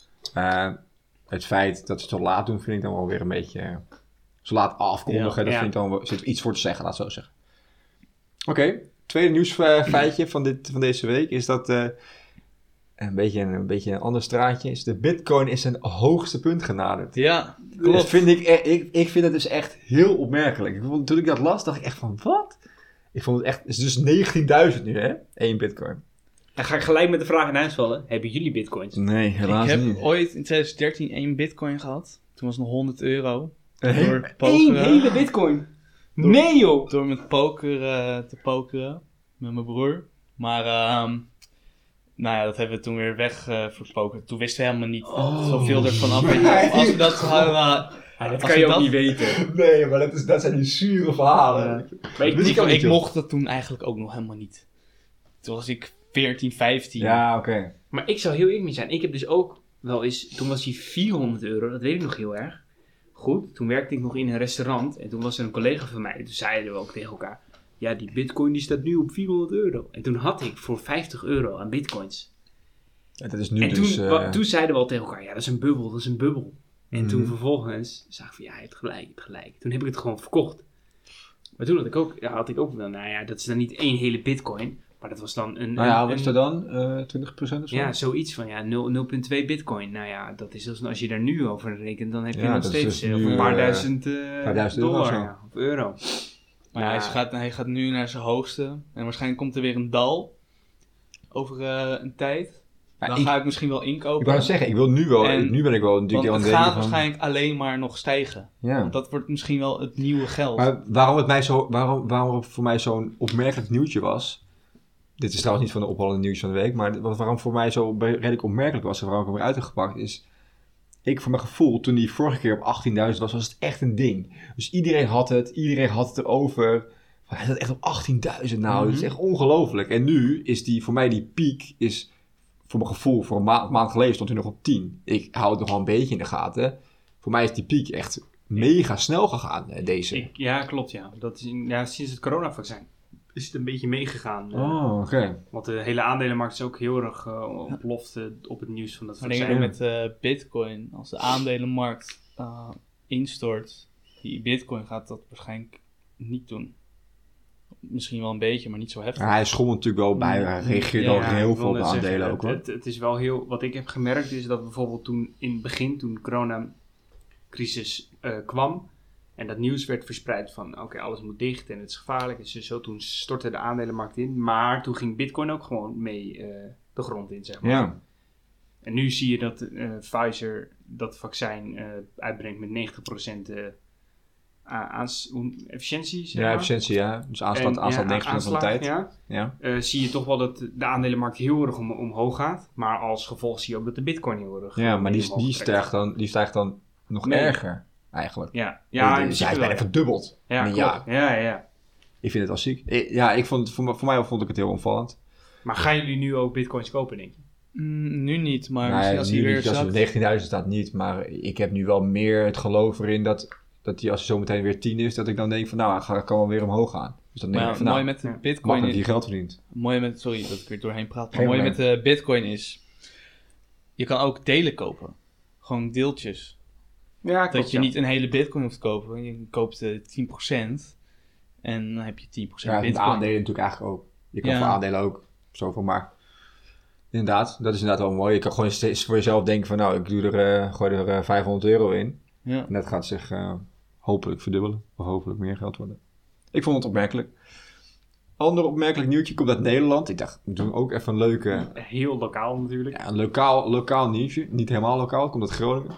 Het feit dat ze het zo laat doen, vind ik dan wel weer een beetje... zo laat afkondigen, Ja. dat Ja. vind ik dan wel... zit iets voor te zeggen, laat het zo zeggen. Oké, tweede nieuwsfeitje van deze week is dat... een beetje een ander straatje is... de bitcoin is zijn hoogste punt genaderd. Ja, Dat klopt. vind ik vind het dus echt heel opmerkelijk. Toen ik dat las, dacht ik echt van, wat? Ik vond het echt... Het is dus 19.000 nu, hè? 1 bitcoin. Dan ga ik gelijk met de vraag in huis vallen. Hebben jullie bitcoins? Nee, helaas Ik niet. heb ooit in 2013 1 bitcoin gehad. Toen was het nog €100. Door Eén pokeren. hele bitcoin? Nee joh! Door met poker te pokeren. Met mijn broer. Maar nou ja, dat hebben we toen weer verpokerd. Toen wisten we helemaal niet zoveel ervan af. Weet je, als we dat hadden... Dat kan je ook niet weten. Nee, maar dat zijn die zure verhalen. Maar Ik mocht dat toen eigenlijk ook nog helemaal niet. Toen was ik 14, 15. Ja, oké. Maar ik zou heel eerlijk mee zijn. Ik heb dus ook wel eens... Toen was die €400. Dat weet ik nog heel erg. Goed, toen werkte ik nog in een restaurant. En toen was er een collega van mij. Toen zeiden we ook tegen elkaar... Ja, die bitcoin die staat nu op €400. En toen had ik voor €50 aan bitcoins. Ja, dat is nu En dus... toen zeiden we al tegen elkaar... Ja, dat is een bubbel, dat is een bubbel. En toen vervolgens zag ik van... Ja, je hebt gelijk. Toen heb ik het gewoon verkocht. Maar toen had ik ook wel... Nou ja, dat is dan niet één hele bitcoin... Maar dat was dan een... Nou ja, wat is er dan? 20% of zo? Ja, zoiets van 0,2 bitcoin. Nou ja, dat is als je daar nu over rekent, dan heb je Ja, nog dat steeds is dus een nu, paar duizend euro of zo. dollar of euro. Maar ja, hij gaat nu naar zijn hoogste. En waarschijnlijk komt er weer een dal. Over een tijd. Ja, Dan ga ik misschien wel inkopen. Ik wou het zeggen, ik wil nu wel... En- nu ben ik wel natuurlijk Want aan het het gaat denken van... waarschijnlijk alleen maar nog stijgen. Ja. Want dat wordt misschien wel het nieuwe geld. Maar waarom het voor mij zo'n opmerkelijk nieuwtje was... Dit is trouwens niet van de opvallende nieuws van de week... maar waarom voor mij zo redelijk opmerkelijk was... en waarom ik hem weer uit heb gepakt is... Ik voor mijn gevoel, toen die vorige keer op 18.000 was het echt een ding. Dus iedereen had het erover. Hij zat echt op 18.000 nou, dat is echt ongelooflijk. En nu is voor mij die piek... is voor mijn gevoel, voor een maand geleden stond hij nog op 10. Ik hou het nog wel een beetje in de gaten. Voor mij is die piek echt mega snel gegaan, deze. Ja, klopt ja. Dat is, sinds het coronavaccin is het een beetje meegegaan. Oké. Want de hele aandelenmarkt is ook heel erg ontploft op het nieuws van dat Maar ik vaccin. denk ook met bitcoin, als de aandelenmarkt instort, die bitcoin gaat dat waarschijnlijk niet doen. Misschien wel een beetje, maar niet zo heftig. Ja, hij schommelt natuurlijk wel bij. Hij reageert al heel ik veel op wil de net aandelen zeggen, ook hoor. Het is wel heel... Wat ik heb gemerkt is dat bijvoorbeeld toen in het begin, toen de coronacrisis kwam... En dat nieuws werd verspreid van, oké, alles moet dicht en het is gevaarlijk. En zo, toen stortte de aandelenmarkt in. Maar toen ging bitcoin ook gewoon mee de grond in, zeg maar. Ja. En nu zie je dat Pfizer dat vaccin uitbrengt met 90% efficiëntie, zeg Ja, maar. efficiëntie, ja. Dus aanslaat 90% van de tijd. Ja. Ja. Zie je toch wel dat de aandelenmarkt heel erg omhoog gaat. Maar als gevolg zie je ook dat de bitcoin heel erg Ja, maar omhoog die trekt. stijgt dan nog Nee. erger, eigenlijk. Ja, Dus hij is bijna verdubbeld. Ja, in een klopt. jaar. Ja. Ik vind het wel ziek. Voor mij vond ik het heel opvallend. Maar gaan jullie nu ook bitcoins kopen, denk je? Nu niet, maar Nee, misschien als hij nu weer niet, als zakt. het 19.000 staat niet. Maar ik heb nu wel meer het geloof erin dat hij als hij zo meteen weer 10 is, dat ik dan denk van nou, hij kan wel weer omhoog gaan. Dus dan denk Maar ik van mooi nou, met de ja. bitcoin mag dat is... hij geld verdient. Sorry dat ik er doorheen praat. Maar Geen mooi met probleem. de bitcoin is... Je kan ook delen kopen. Gewoon deeltjes. Ja, Dat je niet een hele bitcoin hoeft te kopen. Je koopt 10%. En dan heb je 10% Ja, met bitcoin. aandelen natuurlijk eigenlijk ook. Je kan Ja. voor aandelen ook zoveel, maar inderdaad, dat is inderdaad wel mooi. Je kan gewoon steeds voor jezelf denken van nou, ik gooi er €500 in. Ja. En dat gaat zich hopelijk verdubbelen. Of hopelijk meer geld worden. Ik vond het opmerkelijk. Ander opmerkelijk nieuwtje komt uit Nederland. Ik dacht, we doen ook even een leuke... Heel lokaal natuurlijk. Ja, een lokaal nieuwtje. Niet helemaal lokaal, het komt uit Groningen.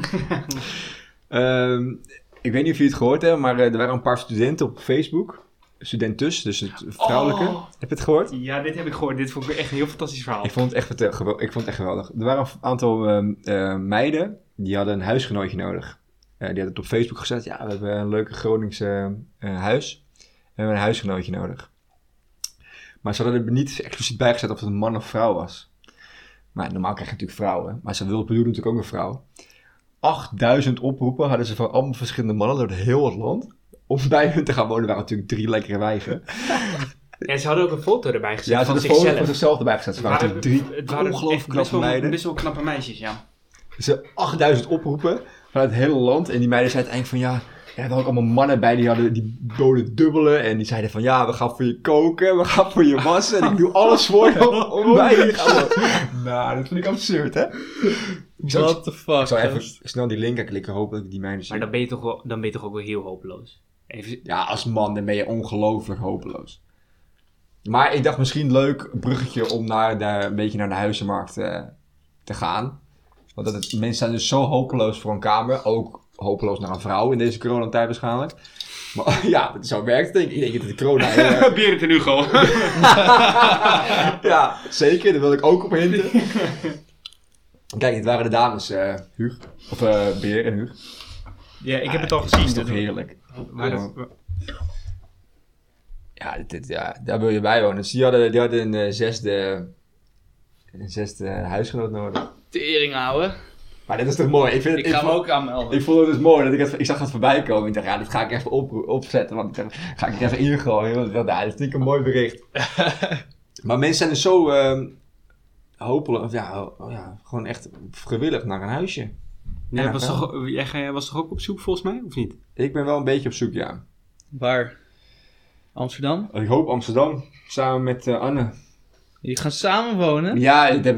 Ik weet niet of jullie het gehoord hebben, maar er waren een paar studenten op Facebook. Studentus, dus het vrouwelijke. Oh. Heb je het gehoord? Ja, dit heb ik gehoord. Dit vond ik echt een heel fantastisch verhaal. Ik vond het echt geweldig. Er waren een aantal meiden, die hadden een huisgenootje nodig. Die hadden het op Facebook gezet. Ja, we hebben een leuke Groningse huis. We hebben een huisgenootje nodig. Maar ze hadden er niet expliciet bij gezet of het een man of vrouw was. Maar normaal krijg je natuurlijk vrouwen. Maar ze bedoelden natuurlijk ook een vrouw. 8000 oproepen hadden ze van allemaal verschillende mannen door heel het land. Om bij hun te gaan wonen. waren natuurlijk 3 lekkere wijven. En ze hadden ook een foto erbij gezet Ja, ze van hadden een foto zichzelf. van zichzelf erbij gezet. Ze waren natuurlijk 3 het waren ongelooflijk echt best knappe wel, meiden. best wel knappe meisjes, ja. Dus 8000 oproepen vanuit het hele land. En die meiden zeiden uiteindelijk van ja, er waren ook allemaal mannen bij die boden dubbelen. En die zeiden van ja, we gaan voor je koken, we gaan voor je wassen. En ik doe alles voor je om bij je te gaan. Nou, dat vind ik absurd, hè? What the fuck? Ik zou even gast? snel die link klikken, hopen dat ik die meiden zie. Maar dan ben je toch ook wel heel hopeloos. Even, Ja, als man dan ben je ongelooflijk hopeloos. Maar ik dacht misschien leuk bruggetje om een beetje naar de huizenmarkt te gaan. Want mensen zijn dus zo hopeloos voor een kamer. Ook hopeloos naar een vrouw in deze coronatijd waarschijnlijk. Maar ja, zo werkt het denk ik. Ik denk dat de corona... Berend en Hugo. Ja, zeker. Daar wil ik ook op hinten. Kijk, dit waren de dames, Huug. Of Beer en Huug. Ja, ik heb het al gezien. Dat is toch heerlijk. Ja, daar wil je bij wonen. Dus die hadden een zesde huisgenoot nodig. Tering houden. Maar dit is toch mooi? Ik ga hem ook aanmelden. Ik vond het dus mooi dat ik zag het voorbij komen. Ik dacht, ja, dit ga ik even opzetten. Want ik dacht, ga ik er even ingooien. Want ik dacht, dat is natuurlijk een mooi bericht. Maar mensen zijn dus zo hopeloos. Gewoon echt gewillig naar een huisje. Jij was toch ook op zoek volgens mij, of niet? Ik ben wel een beetje op zoek, ja. Waar? Amsterdam? Ik hoop Amsterdam, samen met Anne. Jullie gaan samen wonen? Ja, dat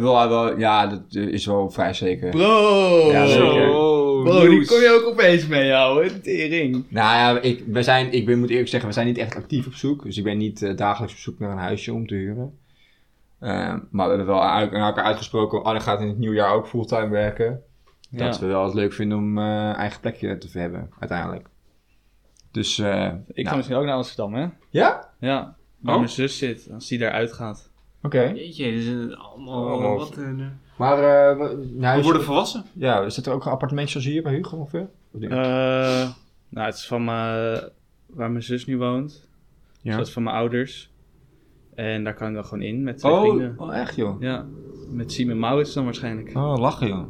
is wel vrij zeker. Bro! Ja, zeker. Bro, die kom je ook opeens mee houden, tering. Nou ja, ik moet eerlijk zeggen, we zijn niet echt actief op zoek. Dus ik ben niet dagelijks op zoek naar een huisje om te huren. Maar we hebben wel aan elkaar uitgesproken, Anne gaat in het nieuwjaar ook fulltime werken. Dat we wel het leuk vinden om eigen plekje te hebben, uiteindelijk. Dus, ik ga misschien ook naar Amsterdam, hè? Ja? Ja, waar mijn zus zit, als die daaruit gaat. Oké. Jeetje, dit is allemaal wat... Maar, we worden volwassen. Ja, zit er ook een appartementje zoals hier bij Hugo ongeveer? Nou, het is van waar mijn zus nu woont. Ja. Dus dat is van mijn ouders. En daar kan ik dan gewoon in met twee vrienden. Oh, echt joh? Ja, met Siem en Maurits dan waarschijnlijk. Oh, lachen joh.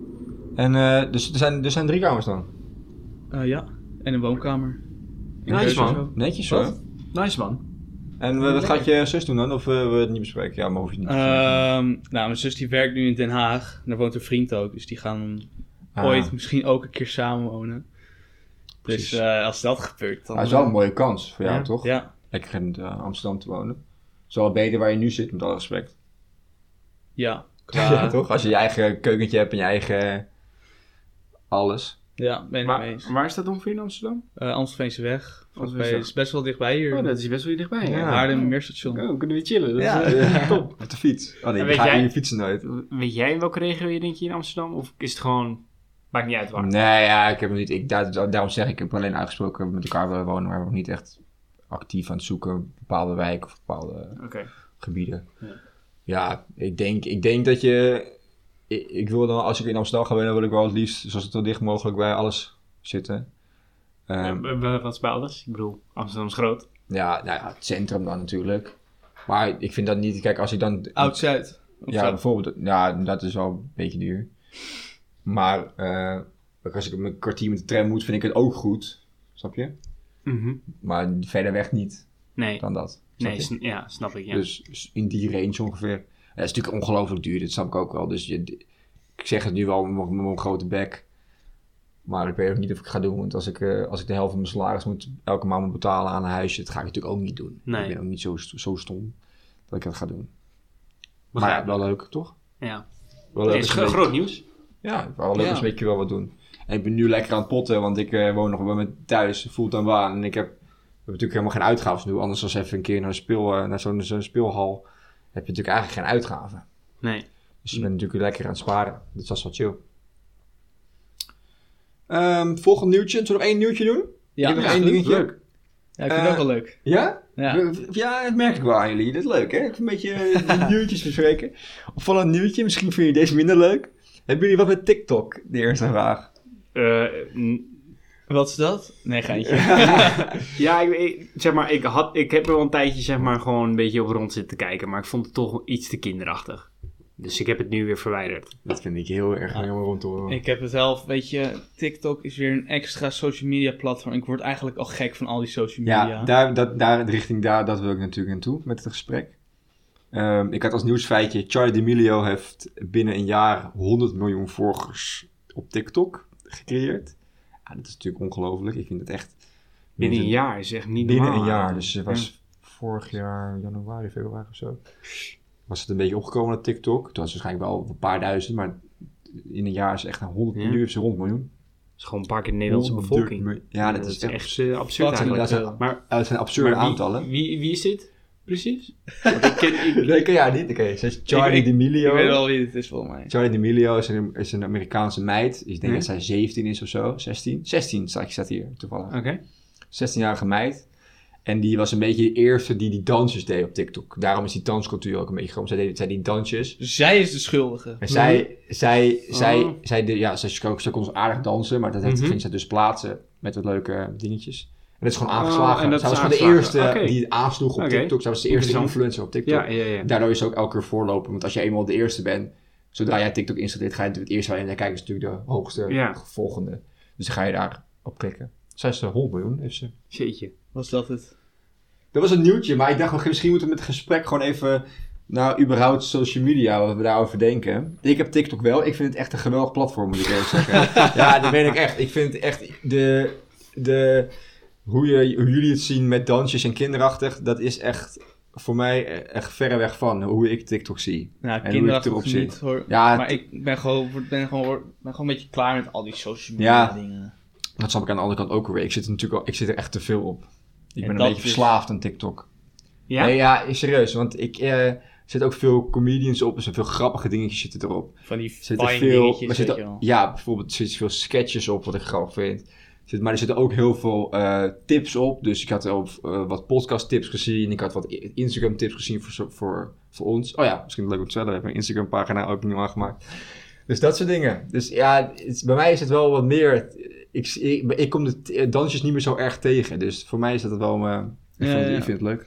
En dus er zijn 3 kamers dan? Ja, en een woonkamer. Nice man. Netjes hoor. Nice man. En wat gaat je zus doen dan? Of we het niet bespreken? Ja, maar hoef je het niet nou, mijn zus die werkt nu in Den Haag. Daar woont een vriend ook. Dus die gaan ooit misschien ook een keer samenwonen. Precies. Dus als dat gebeurt dan... Dat is wel een mooie kans voor jou, toch? Ja. Lekker in Amsterdam te wonen. Het is wel beter waar je nu zit, met alle respect. Ja. Ja, toch? Als je je eigen keukentje hebt en je eigen... alles. Ja, ben ik mee eens. Waar is dat ongeveer in Amsterdam? Amstelveenseweg. Volgens mij is best wel dichtbij hier. Oh, dat is best wel dichtbij. Ja. Haarlem Meerstation. Oh, kunnen we chillen. Dat ja. is top. Met de fiets. Oh nee, En ik ga in je fietsen nooit. Weet jij in welke regio je denk je in Amsterdam? Of is het gewoon... Maakt niet uit waar? Nee, ja, ik heb nog niet... daarom zeg ik heb alleen uitgesproken met elkaar willen wonen, maar we nog niet echt actief aan het zoeken. Bepaalde wijken of bepaalde gebieden. Ja, ik denk dat je... Ik wil dan, als ik in Amsterdam ga wonen, wil ik wel het liefst, zoals het zo dicht mogelijk bij alles zitten. Wat is bij alles? Ik bedoel, Amsterdam is groot. Ja, nou ja, het centrum dan natuurlijk. Maar ik vind dat niet... Kijk, als ik dan... Oud-Zuid. Ja, bijvoorbeeld. Ja, dat is wel een beetje duur. Maar als ik een kwartier met de tram moet, vind ik het ook goed. Snap je? Mm-hmm. Maar verder weg niet dan dat. Snap ik, ja. Dus in die range ongeveer. Ja, dat is natuurlijk ongelooflijk duur, dat snap ik ook wel. Dus ik zeg het nu wel met mijn grote bek. Maar ik weet ook niet of ik het ga doen. Want als ik de helft van mijn salaris elke maand moet betalen aan een huisje, dat ga ik natuurlijk ook niet doen. Nee. Ik ben ook niet zo stom dat ik dat ga doen. Maar ja, wel leuk, toch? Ja. Wel leuk. Is groot nieuws. Ja, wel leuk als een beetje wel wat doen. En ik ben nu lekker aan het potten, want ik woon nog bij me thuis, fulltime baan. En we hebben natuurlijk helemaal geen uitgaven nu. Anders dan even een keer naar zo'n speelhal heb je natuurlijk eigenlijk geen uitgaven. Nee. Dus je bent natuurlijk lekker aan het sparen. Dat is wel chill. Volgend nieuwtje. Zullen we nog 1 nieuwtje doen? Ja, ik heb nog 1 dingetje. Leuk. Ja, ik vind het ook wel leuk. Ja? Ja. Ja, dat merk ik wel aan jullie. Dat is leuk, hè? Ik een beetje nieuwtjes bespreken. Opvallend nieuwtje. Misschien vind je deze minder leuk. Hebben jullie wat met TikTok? De eerste vraag. Wat is dat? Nee, geintje. Ja, ik heb er wel een tijdje zeg maar gewoon een beetje op rond zitten kijken, maar ik vond het toch iets te kinderachtig. Dus ik heb het nu weer verwijderd. Dat vind ik heel erg helemaal rond te horen. Ik heb het zelf, weet je, TikTok is weer een extra social media platform. Ik word eigenlijk al gek van al die social media. Ja, richting dat wil ik natuurlijk naartoe met het gesprek. Ik had als nieuwsfeitje, Charli D'Amelio heeft binnen een jaar 100 miljoen volgers op TikTok gecreëerd. Ja, dat is natuurlijk ongelooflijk. Ik vind het echt... Binnen een jaar is echt niet binnen normaal. Binnen een jaar. Dus ze was vorig jaar, januari, februari of zo, was het een beetje opgekomen naar TikTok. Het was waarschijnlijk wel een paar duizend, maar in een jaar is het echt 100 miljoen. Nu heeft ze 100 miljoen. Dat is gewoon een paar keer de Nederlandse bevolking. Ja, dat is echt absurd eigenlijk. Maar het zijn absurde aantallen. Wie is dit? Precies. Want ik ken... Nee, ken jij niet? Oké, ze is Charli D'Amelio. Ik weet wel wie het is volgens mij. Charli D'Amelio is een Amerikaanse meid. Ik denk dat zij 17 is of zo. 16? 16 staat hier toevallig. Oké. 16-jarige meid. En die was een beetje de eerste die dansjes deed op TikTok. Daarom is die danscultuur ook een beetje groot. Zij die dansjes. Dus zij is de schuldige. En zij kon zo aardig dansen, maar dat ging zij dus plaatsen met wat leuke dingetjes. En dat is gewoon aangeslagen. En zij was gewoon de eerste die het aansloeg op TikTok. Zij was de eerste influencer op TikTok. Ja. Daardoor is ze ook elke keer voorlopen. Want als je eenmaal de eerste bent, zodra jij TikTok installeert, ga je het eerste waar je naar kijkt, is natuurlijk de hoogste volgende. Dus dan ga je daar op klikken. Zij is 100 miljoen, heeft ze. Jeetje. Was dat het? Dat was een nieuwtje, maar ik dacht misschien moeten we met het gesprek gewoon even überhaupt social media, wat we daarover denken. Ik heb TikTok wel. Ik vind het echt een geweldig platform, moet ik eerlijk zeggen. Ja, dat ben ik echt. Ik vind het echt hoe jullie het zien met dansjes en kinderachtig, dat is echt voor mij echt verreweg van hoe ik TikTok zie. Nou, en kinderachtig hoe ik erop niet zit. hoor. Ja, maar ik ben gewoon een beetje klaar met al die social media dingen. Dat snap ik aan de andere kant ook weer. Ik zit er echt te veel op. Ik ben een dat beetje verslaafd aan TikTok. Ja? Nee, ja, serieus. Want er zitten ook veel comedians op. Er zijn veel grappige dingetjes zitten erop. Van die Zitten fine veel, dingetjes, weet je wel. ja, bijvoorbeeld er zitten veel sketches op, wat ik grappig vind. Maar er zitten ook heel veel tips op. Dus ik had wat podcast tips gezien. Ik had wat Instagram tips gezien voor ons. Oh ja, misschien leuk om te zeggen. We hebben een Instagram pagina ook nieuw aangemaakt. Dus dat soort dingen. Dus ja, bij mij is het wel wat meer... Ik kom de dansjes niet meer zo erg tegen. Dus voor mij is dat wel... Ik vind het leuk.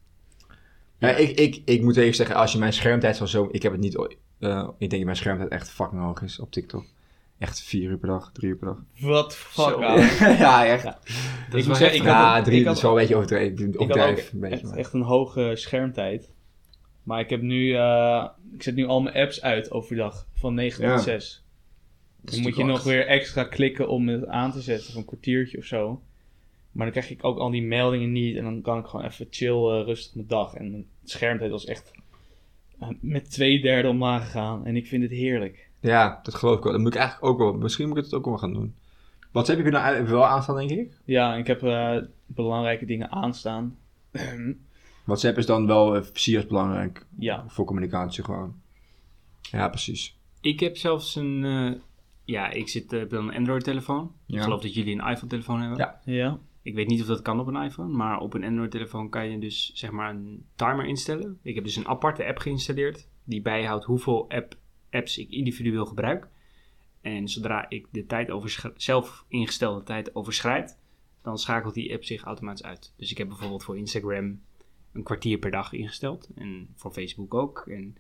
Ja, ik moet even zeggen, als je mijn schermtijd zo... Ik heb het niet... ik denk dat mijn schermtijd echt fucking hoog is op TikTok. Echt 4 uur per dag, 3 uur per dag. Wat fuck, ja, echt. Ja. Dat is moet wel zeggen, 3 is wel een beetje overdreven. Ik had ook echt een hoge schermtijd. Maar ik heb nu... ik zet nu al mijn apps uit overdag. Van 9 tot 6. Dan moet je nog weer extra klikken om het aan te zetten. Voor een kwartiertje of zo. Maar dan krijg ik ook al die meldingen niet. En dan kan ik gewoon even chill, rustig mijn dag. En mijn schermtijd was echt met 2/3 omlaag gegaan. En ik vind het heerlijk. Ja, dat geloof ik wel. Dat moet ik eigenlijk ook wel... Misschien moet ik het ook wel gaan doen. Wat heb je nou wel aanstaan, denk ik? Ja, ik heb belangrijke dingen aanstaan. WhatsApp is dan wel serieus belangrijk. Ja. Voor communicatie gewoon. Ja, precies. Ik heb zelfs een... ik zit op een Android-telefoon. Ja. Ik geloof dat jullie een iPhone-telefoon hebben. Ja. Ik weet niet of dat kan op een iPhone, maar op een Android-telefoon kan je dus zeg maar een timer instellen. Ik heb dus een aparte app geïnstalleerd die bijhoudt hoeveel apps ik individueel gebruik. En zodra ik de tijd zelf ingestelde tijd overschrijd, dan schakelt die app zich automatisch uit. Dus ik heb bijvoorbeeld voor Instagram een kwartier per dag ingesteld. En voor Facebook ook. En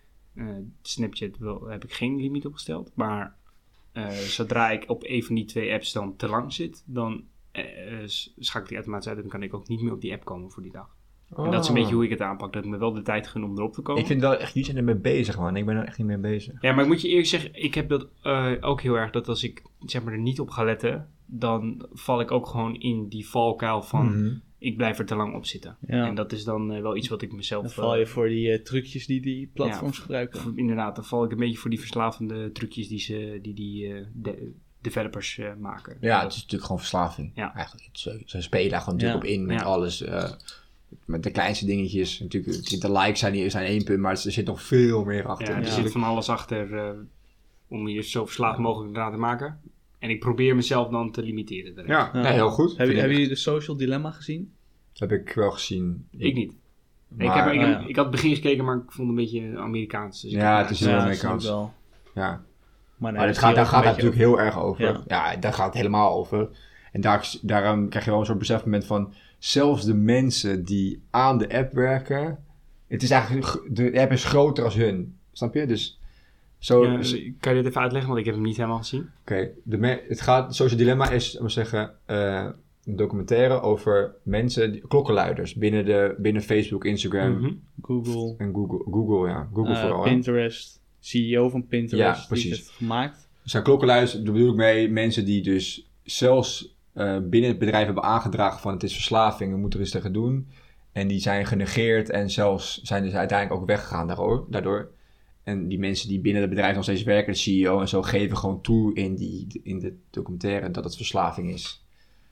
Snapchat heb ik geen limiet opgesteld. Maar zodra ik op een van die 2 apps dan te lang zit, dan schakelt die automatisch uit. En dan kan ik ook niet meer op die app komen voor die dag. En dat is een beetje hoe ik het aanpak. Dat ik me wel de tijd gun om erop te komen. Ik vind wel echt, jullie zijn ermee bezig, man. Ik ben er echt niet mee bezig. Ja, maar ik moet je eerlijk zeggen, ik heb dat ook heel erg, dat als ik zeg maar er niet op ga letten, dan val ik ook gewoon in die valkuil van, ik blijf er te lang op zitten. Ja. En dat is dan wel iets wat ik mezelf... Dan val je voor die trucjes die platforms gebruiken. Inderdaad, dan val ik een beetje voor die verslavende trucjes die developers maken. Ja, het is natuurlijk gewoon verslaving. Ja. Eigenlijk, ze spelen daar gewoon natuurlijk op in met alles. Met de kleinste dingetjes. Natuurlijk, de likes zijn 1 punt, maar er zit nog veel meer achter. Ja, er zit van alles achter om je zo verslaafd mogelijk eraan te maken. En ik probeer mezelf dan te limiteren daarin. Ja, nee, heel goed. Hebben jullie de Social Dilemma gezien? Dat heb ik wel gezien. Ik niet. Maar, ik had het begin gekeken, maar ik vond het een beetje Amerikaans. Dus het is heel Amerikaans. Wel. Ja. Maar daar gaat het natuurlijk heel erg over. Ja, daar gaat het helemaal over. En daarom krijg je wel een soort besefmoment van, zelfs de mensen die aan de app werken, het is eigenlijk, de app is groter als hun. Snap je? Dus kan je dit even uitleggen, want ik heb hem niet helemaal gezien. Oké, Social Dilemma is, we zeggen, een documentaire over mensen, klokkenluiders binnen Facebook, Instagram, Google. En Google, ja. Google vooral. Pinterest. CEO van Pinterest. Ja, precies. Die heeft het gemaakt. Er zijn klokkenluiders, daar bedoel ik mee, mensen die dus zelfs binnen het bedrijf hebben aangedragen van het is verslaving, we moeten er iets tegen doen. En die zijn genegeerd en zelfs zijn dus uiteindelijk ook weggegaan daardoor. En die mensen die binnen het bedrijf nog steeds werken, de CEO en zo, geven gewoon toe in de documentaire dat het verslaving is.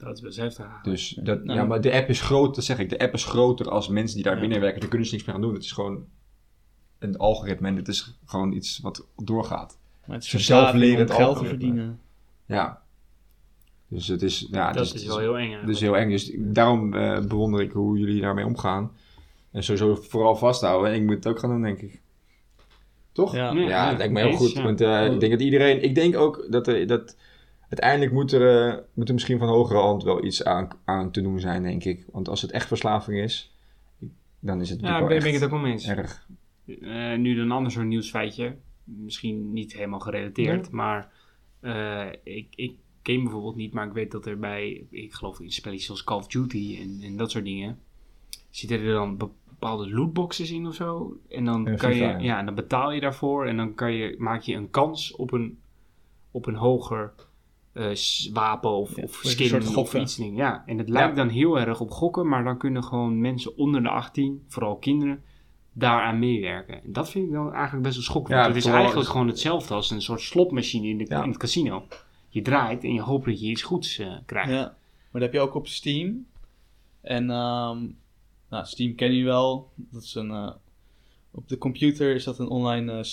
Dat is best heftig. Dus dat, maar de app is groot, dat zeg ik. De app is groter als mensen die daar binnen werken. Daar kunnen ze niks meer aan doen. Het is gewoon een algoritme en het is gewoon iets wat doorgaat. Maar het is Dus zelflerend om geld te algoritme. verdienen. Ja. Dus het is... Ja, Dat is wel heel eng. Het is heel eng. Dus daarom bewonder ik hoe jullie daarmee omgaan. En sowieso vooral vasthouden. En ik moet het ook gaan doen, denk ik. Toch? Ja. Ja, dat lijkt me heel eens, goed. ja. Want ik denk dat iedereen... Ik denk ook dat uiteindelijk moet er misschien van hogere hand wel iets aan te doen zijn, denk ik. Want als het echt verslaving is, dan is het Ja, natuurlijk ben wel ik echt het ook wel mee eens. erg. Nu een ander soort nieuwsfeitje. Misschien niet helemaal gerelateerd, maar ik game bijvoorbeeld niet, maar ik weet dat er bij, ik geloof in spelletjes zoals Call of Duty en dat soort dingen, zitten er dan bepaalde lootboxes in of zo. En dan kan FIFA, je, en dan betaal je daarvoor en dan maak je een kans op een hoger wapen of een skin soort of gokken. iets. Ja, en het lijkt dan heel erg op gokken, maar dan kunnen gewoon mensen onder de 18, vooral kinderen, daaraan meewerken. En dat vind ik dan eigenlijk best wel schokkend. Ja, Want het is vooral- eigenlijk gewoon hetzelfde als een soort slotmachine in het casino. Je draait en je hoopt dat je iets goeds krijgt. Ja, maar dat heb je ook op Steam. En Steam ken je wel. Dat is op de computer is dat een online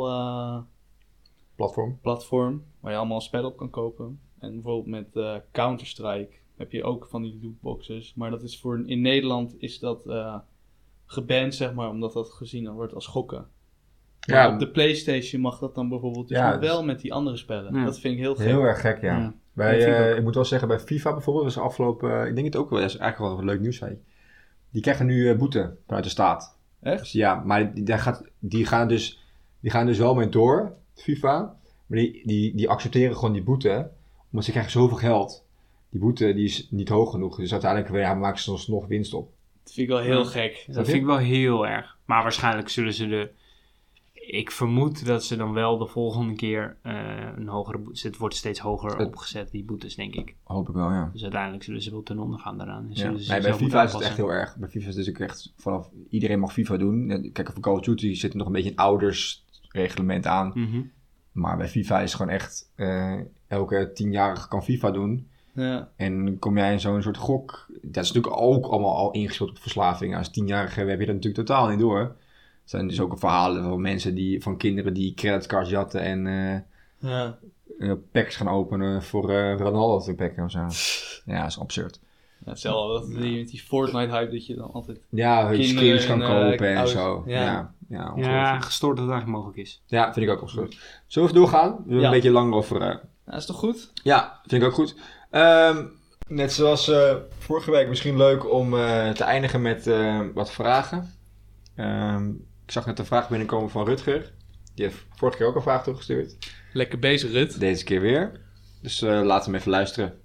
spelplatform waar je allemaal spellen op kan kopen. En bijvoorbeeld met Counter-Strike heb je ook van die lootboxes. Maar dat is in Nederland is dat geband, zeg maar, omdat dat gezien wordt als gokken. Maar Ja, op de PlayStation mag dat dan bijvoorbeeld dus Ja, nog wel met die andere spellen. Ja. Dat vind ik heel gek. heel erg gek, ja. Ja. Bij, Dat vind ik ook. ik moet wel zeggen, bij FIFA bijvoorbeeld, was afgelopen, ik denk het ook wel, dat is eigenlijk wel een leuk nieuwsfeit. Die krijgen nu boete vanuit de staat. Echt? Dus ja, maar die gaan dus wel mee door, FIFA. Maar die accepteren gewoon die boete, omdat ze krijgen zoveel geld. Die boete die is niet hoog genoeg, dus uiteindelijk maken ze nog winst op. Dat vind ik wel heel Ja. gek. Dat vind ik wel heel erg. Maar waarschijnlijk zullen ze ik vermoed dat ze dan wel de volgende keer een hogere boete... Het wordt steeds hoger opgezet, die boetes, denk ik. Hoop ik wel, ja. Dus uiteindelijk zullen ze wel ten onder gaan daaraan. En Ja. zullen ze Nee, zichzelf bij moeten FIFA is het aanpassen. echt heel erg. Bij FIFA is het dus ook echt vanaf iedereen mag FIFA doen. Kijk, voor Call of Duty zit er nog een beetje een oudersreglement aan. Mhm. Maar bij FIFA is het gewoon echt elke 10-jarige kan FIFA doen. Ja. En dan kom jij in zo'n soort gok. Dat is natuurlijk ook allemaal al ingespeeld op verslaving. Als 10-jarige heb je dat natuurlijk totaal niet door. Er zijn dus ook verhalen van mensen van kinderen die creditcards jatten en packs gaan openen voor Ronaldo te packen of zo. Ja, dat is absurd. Ja, hetzelfde met die Fortnite-hype dat je dan altijd... Ja, Kinderen skins kan en, kopen en ouders. zo. Ja. Ja, Ja, gestoord dat het eigenlijk mogelijk is. ja, vind ik ook absurd. Zullen we even doorgaan? We hebben Ja. een beetje langer over... Ja, is toch goed? Ja, vind ik ook goed. Net zoals vorige week misschien leuk om te eindigen met wat vragen. Ik zag net een vraag binnenkomen van Rutger. Die heeft vorige keer ook een vraag toegestuurd. Lekker bezig, Rut. Deze keer weer. Dus laten we hem even luisteren.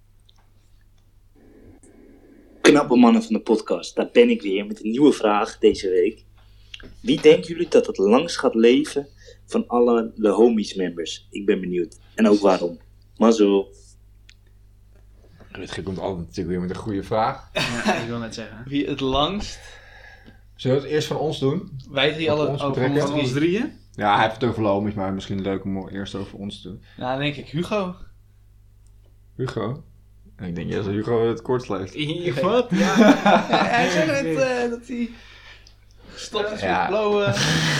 Knappe mannen van de podcast, daar ben ik weer met een nieuwe vraag deze week. Wie denken jullie dat het langst gaat leven van alle The Homies members? Ik ben benieuwd. En ook waarom. Mazzel. Rutger komt altijd natuurlijk weer met een goede vraag. Ja, ik wil net zeggen. Wie het langst... Zullen we het eerst van ons doen? Wij drie Van alle... ons oh, betrekken? Van ons drieën? Ja, hij heeft het over Lomies, maar misschien leuk om eerst over ons te doen. Nou, dan denk ik Hugo. Hugo? Ik denk eerst dat Hugo het kortst leeft. Wat? Ja. Hij zei net dat hij gestopt is Ja. met blowen.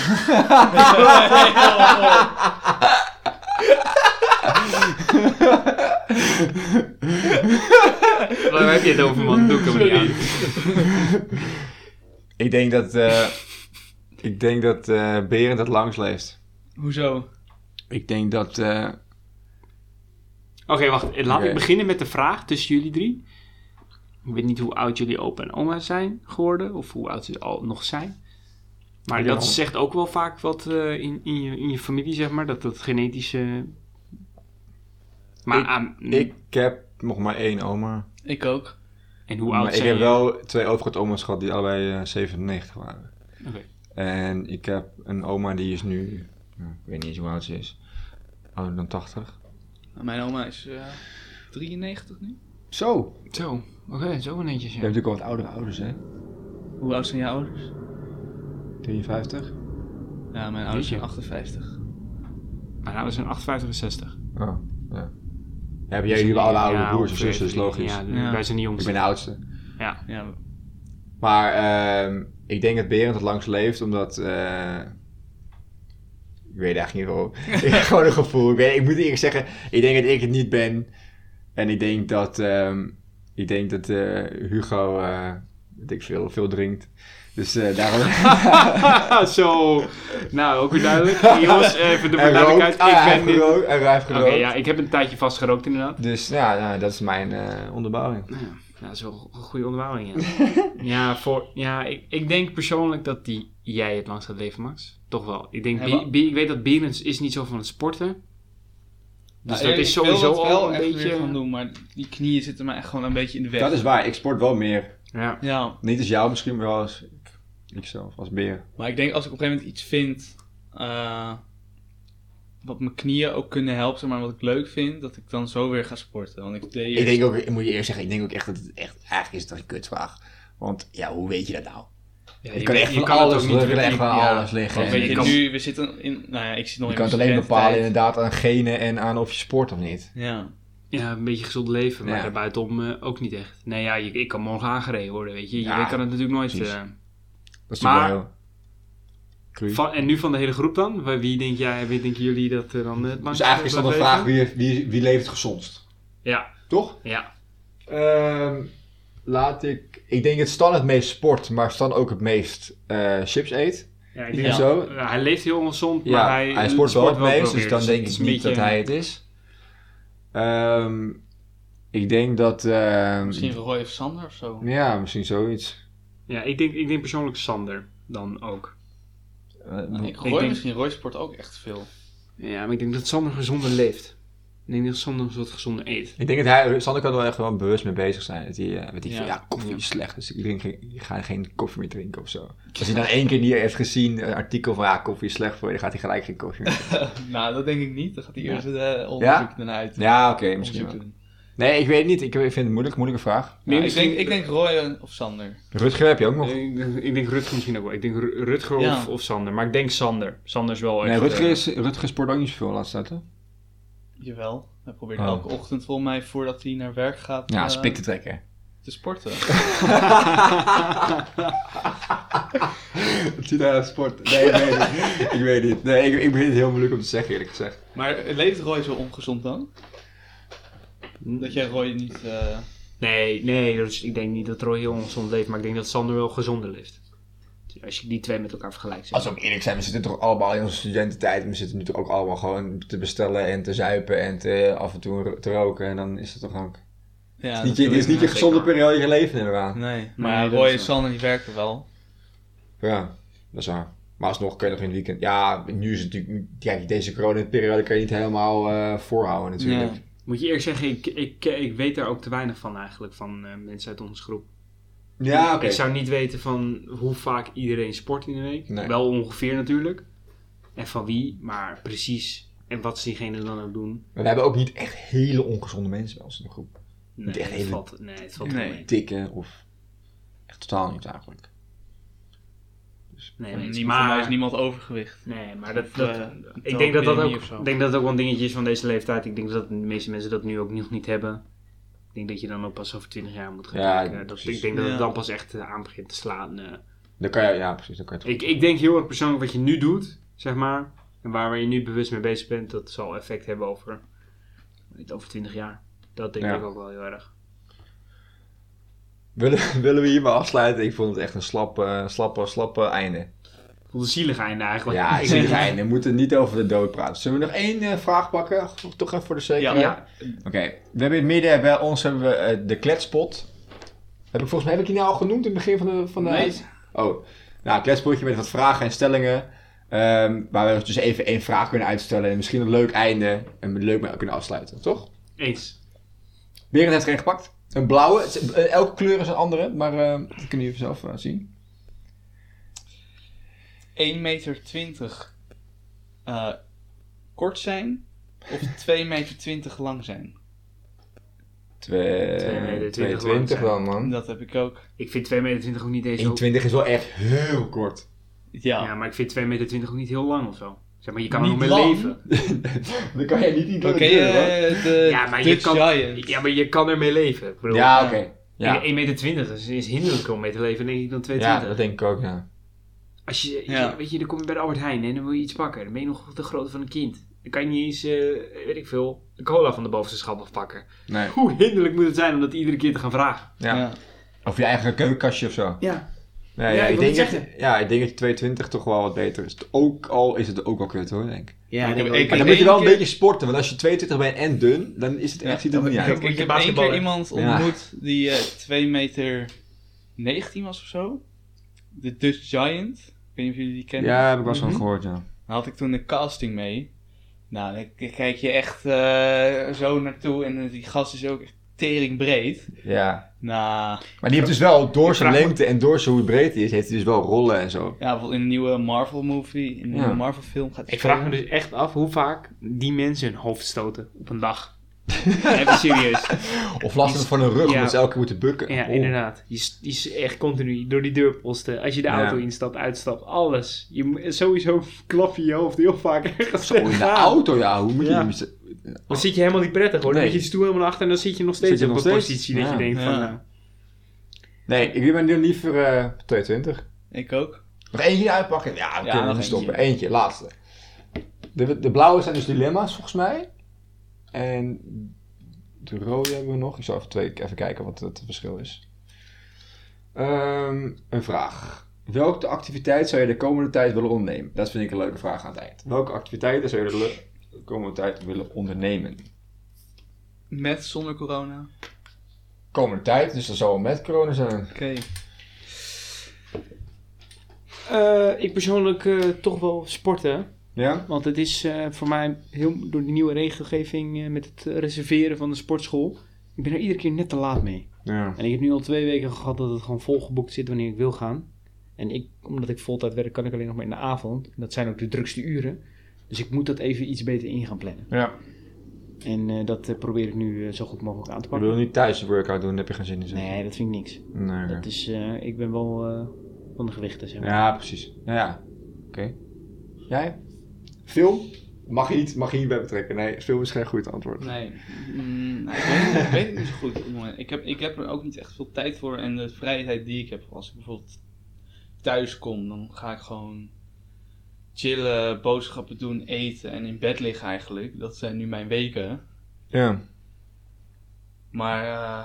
Waar heb je het over, man? Doe ik hem niet aan. Ik denk dat Berend het langst leeft. Hoezo? Ik denk dat... Oké, wacht. Laat Oké. ik beginnen met de vraag tussen jullie drie. Ik weet niet hoe oud jullie opa en oma zijn geworden. Of hoe oud ze al nog zijn. Maar Ik dat denk al- zegt ook wel vaak wat in je familie, zeg maar. Dat genetische... Maar Ik heb nog maar 1 oma. Ik ook. en hoe oud Maar ik zijn heb je? wel 2 overgrootoma's gehad die allebei 97 waren. Oké. En ik heb een oma die is nu... ik weet niet eens hoe oud ze is. Ouder dan 80. Mijn oma is 93 nu. Zo! Zo, oké, zo netjes. Je Ja. hebt natuurlijk al wat oudere ouders, hè? Hoe oud zijn jouw ouders? 53? Ja, mijn ouders zijn Jeetje. 58. Maar nou, we zijn 58 en 60. Oh, ja. Hebben jullie alle oude broers en zussen, is logisch. Ja, wij zijn de jongste. Ik ben de oudste. Ja. Maar ik denk dat Berend het langst leeft, omdat... ik weet eigenlijk niet waarom. Ik heb gewoon een gevoel. Ik moet eerlijk zeggen, ik denk dat ik het niet ben. En ik denk dat... Hugo... dat ik veel drinkt. Dus daarom... Zo. Nou, ook weer duidelijk. Jongens, even de duidelijkheid. Hij heeft gerookt. Oké, ja, ik heb een tijdje vast gerookt inderdaad. Dus ja, dat is mijn onderbouwing. Ja, dat is wel een goede onderbouwing, ja. Ik denk persoonlijk dat jij het langst gaat leven, Max. Toch wel. Ik denk, ik weet dat Berends is niet zo van het sporten. Dus dat is sowieso al een beetje... gaan doen, maar die knieën zitten me echt gewoon een beetje in de weg. Dat is waar, ik sport wel meer. Ja. Niet als jou misschien, maar wel als ikzelf, als Beer. Maar ik denk als ik op een gegeven moment iets vind... wat mijn knieën ook kunnen helpen, zeg maar wat ik leuk vind, dat ik dan zo weer ga sporten. Want ik denk ook, moet je eerst zeggen, ik denk ook echt dat het echt... Eigenlijk is het een kutvraag. Want ja, hoe weet je dat nou? Ja, je kan echt van alles liggen. Weet je, nu, we zitten in... Nou ja, ik zit nog je in kan het alleen bepalen inderdaad aan genen en aan of je sport of niet. Ja. Ja, een beetje gezond leven, maar daarbuitenom ook niet echt. Nee, ja, ik kan morgen aangereden worden, weet je. Je kan het natuurlijk nooit... dat is maar, en nu van de hele groep dan? Wie denken jullie dat dan het langst... Dus eigenlijk is dan de vraag, wie leeft het gezondst? Ja. Toch? Ja. Ik denk dat Stan het meest sport, maar Stan ook het meest chips eet. Ja, ik denk zo. Hij leeft heel ongezond, maar hij sport wel het meest, dus dan denk ik niet dat hij het is. Ik denk dat... misschien Roy of Sander of zo. Ja, misschien zoiets. Ja, ik denk persoonlijk Sander dan ook. Misschien Roy sport ook echt veel. Ja, maar ik denk dat Sander gezonder leeft. Ik denk dat Sander wat gezonder eet. Ik denk dat Sander kan er wel echt gewoon bewust mee bezig zijn. Dat hij, koffie is slecht, dus ik ga geen koffie meer drinken of zo. Als hij dan 1 keer hier heeft gezien, een artikel van koffie is slecht voor je, dan gaat hij gelijk geen koffie meer drinken. Nou, dat denk ik niet. Dan gaat hij eerst onderzoek ernaar uit. Ja, oké, misschien wel. Nee, ik weet het niet. Ik vind het een moeilijke vraag. Nee, ik denk Roy of Sander. Rutger heb je ook nog. Ik denk Rutger misschien ook wel. Ik denk Rutger of Sander. Maar ik denk Sander. Sander is wel echt... Nee, Rutger sport ook niet zoveel laatst uit, hè? Jawel. Hij probeert elke ochtend volgens mij, voordat hij naar werk gaat... Ja, spik te trekken. Te sporten. Dat hij daar sport. Nee, ik weet niet. Nee, ik vind het heel moeilijk om te zeggen, eerlijk gezegd. Maar leeft Roy zo ongezond dan? Dat jij Roy niet... Nee, dus ik denk niet dat Roy heel ongezond leeft, maar ik denk dat Sander wel gezonder leeft. Als je die twee met elkaar vergelijkt. Als we ook eerlijk zijn, we zitten toch allemaal in onze studententijd. We zitten natuurlijk ook allemaal gewoon te bestellen en te zuipen en af en toe te roken. En dan is het toch ook... Ja, het is niet je gezonde periode in je leven inderdaad. Nee, maar Roy en Sander die werken wel. Ja, dat is waar. Maar alsnog kun je nog in het weekend... Ja, nu is het natuurlijk... Kijk, deze coronaperiode kan je niet helemaal voorhouden natuurlijk. Ja. Moet je eerlijk zeggen, ik weet daar ook te weinig van eigenlijk, van mensen uit onze groep. Ja, oké. Ik zou niet weten van hoe vaak iedereen sport in de week. Nee. Wel ongeveer natuurlijk. En van wie, maar precies. En wat ze diegene dan ook doen. Maar we hebben ook niet echt hele ongezonde mensen bij ons in de groep. Nee, niet echt het valt mee. Dikke of... Echt totaal niet eigenlijk. Dus, voor mij is niemand overgewicht. Nee, maar ik denk dat dat ook wel een dingetje is van deze leeftijd. Ik denk dat de meeste mensen dat nu ook nog niet hebben. Ik denk dat je dan ook pas over 20 jaar moet gaan kijken. Ik denk dat het dan pas echt aan begint te slaan. Dan kan je, precies. Dan kan je ik denk heel erg persoonlijk wat je nu doet, zeg maar. En waar je nu bewust mee bezig bent, dat zal effect hebben over 20 jaar. Dat denk ik ook wel heel erg. Willen we hier maar afsluiten? Ik vond het echt een slappe einde. Ik vond het een zielig einde eigenlijk. Ja, een zielig einde. We moeten niet over de dood praten. Zullen we nog 1 vraag pakken? Toch even voor de zekerheid? Ja. Oké. We hebben in het midden bij ons de kletspot. Heb ik die nou al genoemd in het begin van de Nee. Oh. Nou, kletspotje met wat vragen en stellingen. Waar we dus even 1 vraag kunnen uitstellen. En misschien een leuk einde. En leuk mee kunnen afsluiten. Toch? Eens. Berend heeft er een gepakt. Een blauwe. Elke kleur is een andere. Maar dat kunnen jullie zelf zien. 1,20 meter kort zijn of 2,20 meter lang zijn? 2,20 meter dan, man. Dat heb ik ook. Ik vind 2,20 meter ook niet eens 1,20 is wel echt heel kort. Ja, maar ik vind 2,20 meter ook niet heel lang of zo. Zeg maar, je kan er nog Niet mee lang. leven. Dan kan je niet Oké, de Ja, maar Dutch Giant. Ja, maar je kan ermee leven. Ik bedoel, Ja, oké. Ja. 1,20 meter is hinderlijker om mee te leven, denk ik, dan 2,20. Ja, dat denk ik ook, ja. Als je, Ja. weet je, dan kom je bij de Albert Heijn en dan wil je iets pakken. Dan ben je nog de grootte van een kind. Dan kan je niet eens, weet ik veel, de cola van de bovenste schat afpakken. Nee. Hoe hinderlijk moet het zijn om dat iedere keer te gaan vragen? Ja. Of je eigen keukenkastje of zo. Ja. Nee, Ja, ja, ik ik wil denk het dat, ik denk dat 220 toch wel wat beter is. Ook al is het ook wel kut hoor, denk ik. Ja, Ik heb- denk ik- ook. Maar dan moet je wel een beetje sporten, want als je 22 bent en dun, dan is het echt, ziet het er niet uit. Ik heb één basketballen. keer iemand ontmoet die 2,19 meter was of zo. De Dutch Giant. Ik weet niet of jullie die kennen. Ja, heb ik wel eens van gehoord, ja. Daar had ik toen een casting mee. Nou, dan kijk je echt zo naartoe en die gast is ook echt teringbreed. Ja. Nou, Maar die heeft dus wel, door zijn vraag me- lengte en door zo hoe breed hij is, heeft hij dus wel rollen en zo. ja, bijvoorbeeld in een nieuwe Marvel movie, in een Ja. nieuwe Marvel film gaat hij Ik vraag me spelen. dus echt af hoe vaak die mensen hun hoofd stoten op een dag. Even serieus. Of last hebben van een rug, Ja. omdat ze elke keer moeten bukken. Ja, Oh. inderdaad. Die is echt continu door die deurposten. Als je de Ja. auto instapt, uitstapt, alles. Sowieso klap je je hoofd heel vaak ergens Zo, in de tegenaan. auto, ja, hoe moet je Ja. hem... Dan zit je helemaal niet prettig hoor. Dan Nee. moet je de stoel helemaal naar achter en dan zit je nog steeds Zit je op nog een steeds? positie dat Ja. je denkt van... Ja. Nee, ik ben nu liever 22. Ik ook. Nog eentje uitpakken? Ja, we Ja, kunnen nog niet stoppen. eentje. Eentje, laatste. De blauwe zijn dus dilemma's, volgens mij. En de rode hebben we nog. Ik zal even kijken wat het verschil is. Een vraag. Welke activiteit zou je de komende tijd willen ondernemen? Dat vind ik een leuke vraag aan het eind. Welke activiteiten zou je de komende tijd willen ondernemen? Met, zonder corona. Komende tijd, dus dat zal wel met corona zijn. Oké. Ik persoonlijk toch wel sporten. Ja? Want het is voor mij heel door die nieuwe regelgeving met het reserveren van de sportschool. Ik ben er iedere keer net te laat mee. Ja. En ik heb nu al 2 weken gehad dat het gewoon volgeboekt zit wanneer ik wil gaan. En omdat ik voltijd werk, kan ik alleen nog maar in de avond. En dat zijn ook de drukste uren. Dus ik moet dat even iets beter in gaan plannen. Ja. En dat probeer ik nu zo goed mogelijk aan te Je pakken. wil niet thuis een workout doen, daar heb je geen zin in. zeg. Nee, dat vind ik niks. Nee. Dat is, ik ben wel van de gewichten, zeg maar. Ja, precies. Ja. Oké. Jij? Film? Mag je niet bij betrekken. Nee, film is geen goed antwoord. Nee, ik weet het niet zo goed op het moment. Ik heb er ook niet echt veel tijd voor en de vrijheid die ik heb. Als ik bijvoorbeeld thuis kom, dan ga ik gewoon chillen, boodschappen doen, eten en in bed liggen eigenlijk. Dat zijn nu mijn weken. Ja. Maar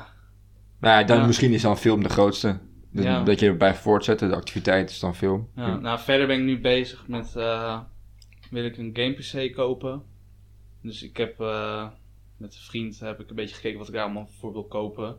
Nou ja, dan Ja. misschien is dan film de grootste. Ja. Dat je erbij voortzetten, de activiteit is dan film. ja, nou, verder ben ik nu bezig met, wil ik een game PC kopen. Dus ik heb, met een vriend heb ik een beetje gekeken wat ik daar allemaal voor wil kopen.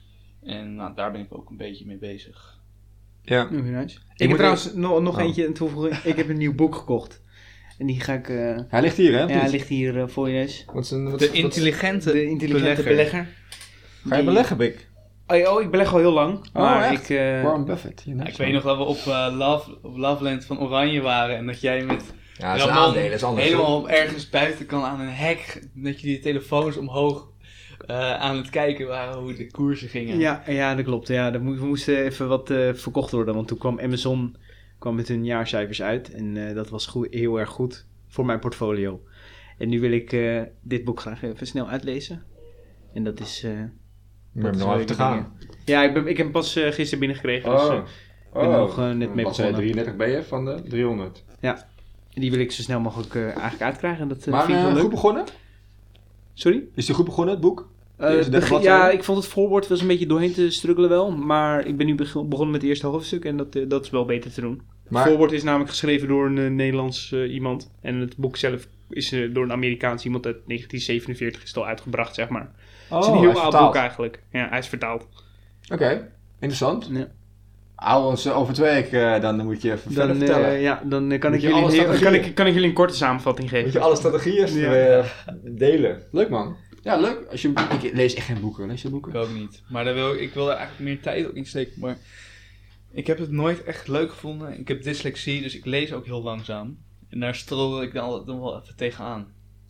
En nou, daar ben ik ook een beetje mee bezig. Ja. Nice. Ik moet heb trouwens nog Oh. eentje aan toevoegen. Ik heb een nieuw boek gekocht. En die ga ik... Hij ligt hier, hè? of ja, hij niet? ligt hier voor je neus. Wat is een, De intelligente, De intelligente belegger. Ga je beleggen, Bik? Oh, ik beleg al heel lang. Maar echt? ik... Warren Buffett. Hier, Ja, ik weet nog dat we op Loveland van Oranje waren en dat jij met Ja, dat is een Ramon aandelen, dat is anders. helemaal ergens buiten kan aan een hek, dat je die telefoons omhoog aan het kijken waren hoe de koersen gingen. Ja, dat klopt. Ja, we moesten even wat verkocht worden. Want toen kwam Amazon met hun jaarcijfers uit. En dat was heel erg goed voor mijn portfolio. En nu wil ik dit boek graag even snel uitlezen. En dat is... We hebben nog even te gaan. Ja, ik heb hem pas gisteren binnengekregen. Dus ik ben er nog net mee Bladzijde begonnen. 33 ben je van de 300. Die wil ik zo snel mogelijk eigenlijk uitkrijgen. En dat Maar vind ik wel goed leuk. begonnen? Sorry? Is die goed begonnen, het boek? De eerste 30 Ja, bladzijden? ik vond het voorwoord was een beetje doorheen te struggelen wel. Maar ik ben nu begonnen met het eerste hoofdstuk. En dat is wel beter te doen. Maar- Het voorwoord is namelijk geschreven door een Nederlands iemand. En het boek zelf is door een Amerikaans iemand uit 1947 is het al uitgebracht, zeg maar. Het is een hij heel is oud vertaald. boek eigenlijk. Ja, hij is vertaald. Oké, interessant. Ja. Hou ons over 2 weken, dan moet je even verder Dan, vertellen. dan kan, Moet ik je alle jullie strategieën- kan ik jullie een korte samenvatting geven. Moet je alle strategieën Ja. delen. Leuk man. Ja, leuk. Ik lees echt geen boeken. Lees je boeken? Ik ook niet. Maar ik wil er eigenlijk meer tijd ook in steken. Maar ik heb het nooit echt leuk gevonden. Ik heb dyslexie, dus ik lees ook heel langzaam. En daar struggle ik dan wel even tegenaan.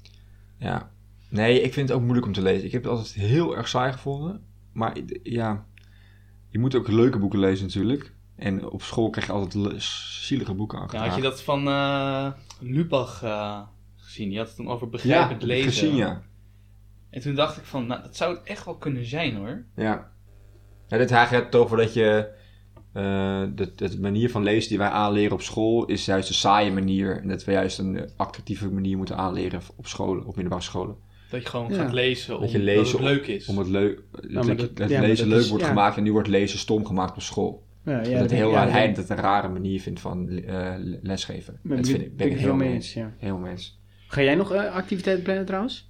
Ja. Nee, ik vind het ook moeilijk om te lezen. Ik heb het altijd heel erg saai gevonden. Maar ja, je moet ook leuke boeken lezen natuurlijk. En op school kreeg je altijd zielige boeken Ja, aangedragen. had je dat van Lubach gezien? Die had het toen over begrijpend ja, lezen. gezien, ja. En toen dacht ik van, nou, dat zou het echt wel kunnen zijn hoor. Ja. Ja, dit gaat het over dat je... de manier van lezen die wij aanleren op school is juist een saaie manier. En dat we juist een attractieve manier moeten aanleren op scholen, op middelbare scholen. Dat je gewoon gaat lezen Dat je omdat lezen het leuk is. Om het leuk... maar dat ja, lezen maar leuk is- wordt ja. gemaakt en nu wordt lezen stom gemaakt op school. Ja, Dat hij het een rare manier vindt van lesgeven. Dat ben ik het heel wel mee mee eens. eens. Ja. Heel mee eens. Ga jij nog activiteiten plannen trouwens?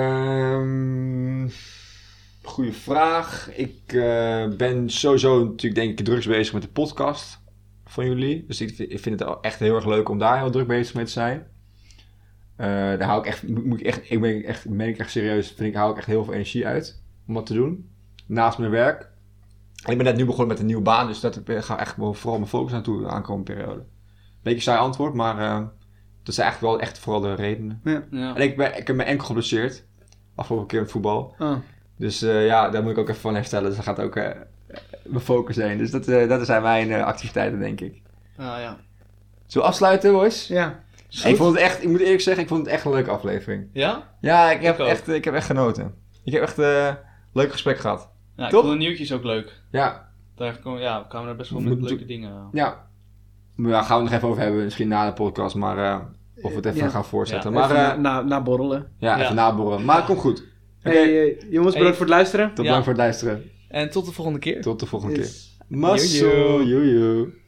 Goeie vraag. Ik ben sowieso natuurlijk denk ik drugs bezig met de podcast van jullie. Dus ik vind het echt heel erg leuk om daar heel druk bezig mee te zijn. Daar hou ik echt, ben ik echt serieus, hou ik echt heel veel energie uit om dat te doen. Naast mijn werk. En ik ben net nu begonnen met een nieuwe baan, dus dat ga echt vooral mijn focus naartoe de aankomende periode. Beetje saai antwoord, maar dat is eigenlijk wel echt vooral de redenen. Ja. En ik heb me enkel geblesseerd. Afgelopen keer met voetbal. Oh. Dus daar moet ik ook even van herstellen. Dus dat gaat ook mijn focus zijn. Dus dat zijn mijn activiteiten, denk ik. Ja. Zullen we afsluiten, boys? Ja. Ik moet eerlijk zeggen, ik vond het echt een leuke aflevering. Ja? Ja, ik heb echt genoten. Ik heb echt een leuk gesprek gehad. Ja, ik Toch? vond de nieuwtjes ook leuk. Ja, Daar kwamen er best wel Moet- met leuke dingen. ja. Maar daar gaan we het nog even over hebben, misschien na de podcast. Maar of we het even Ja. gaan voortzetten. Ja, Maar Na borrelen. ja, even naborrelen. Maar het komt goed. Oké, Hey, jongens, bedankt voor het luisteren. tot bedankt voor het luisteren. En tot de volgende keer. Tot de volgende keer. Yes. Mazzel, joejoe.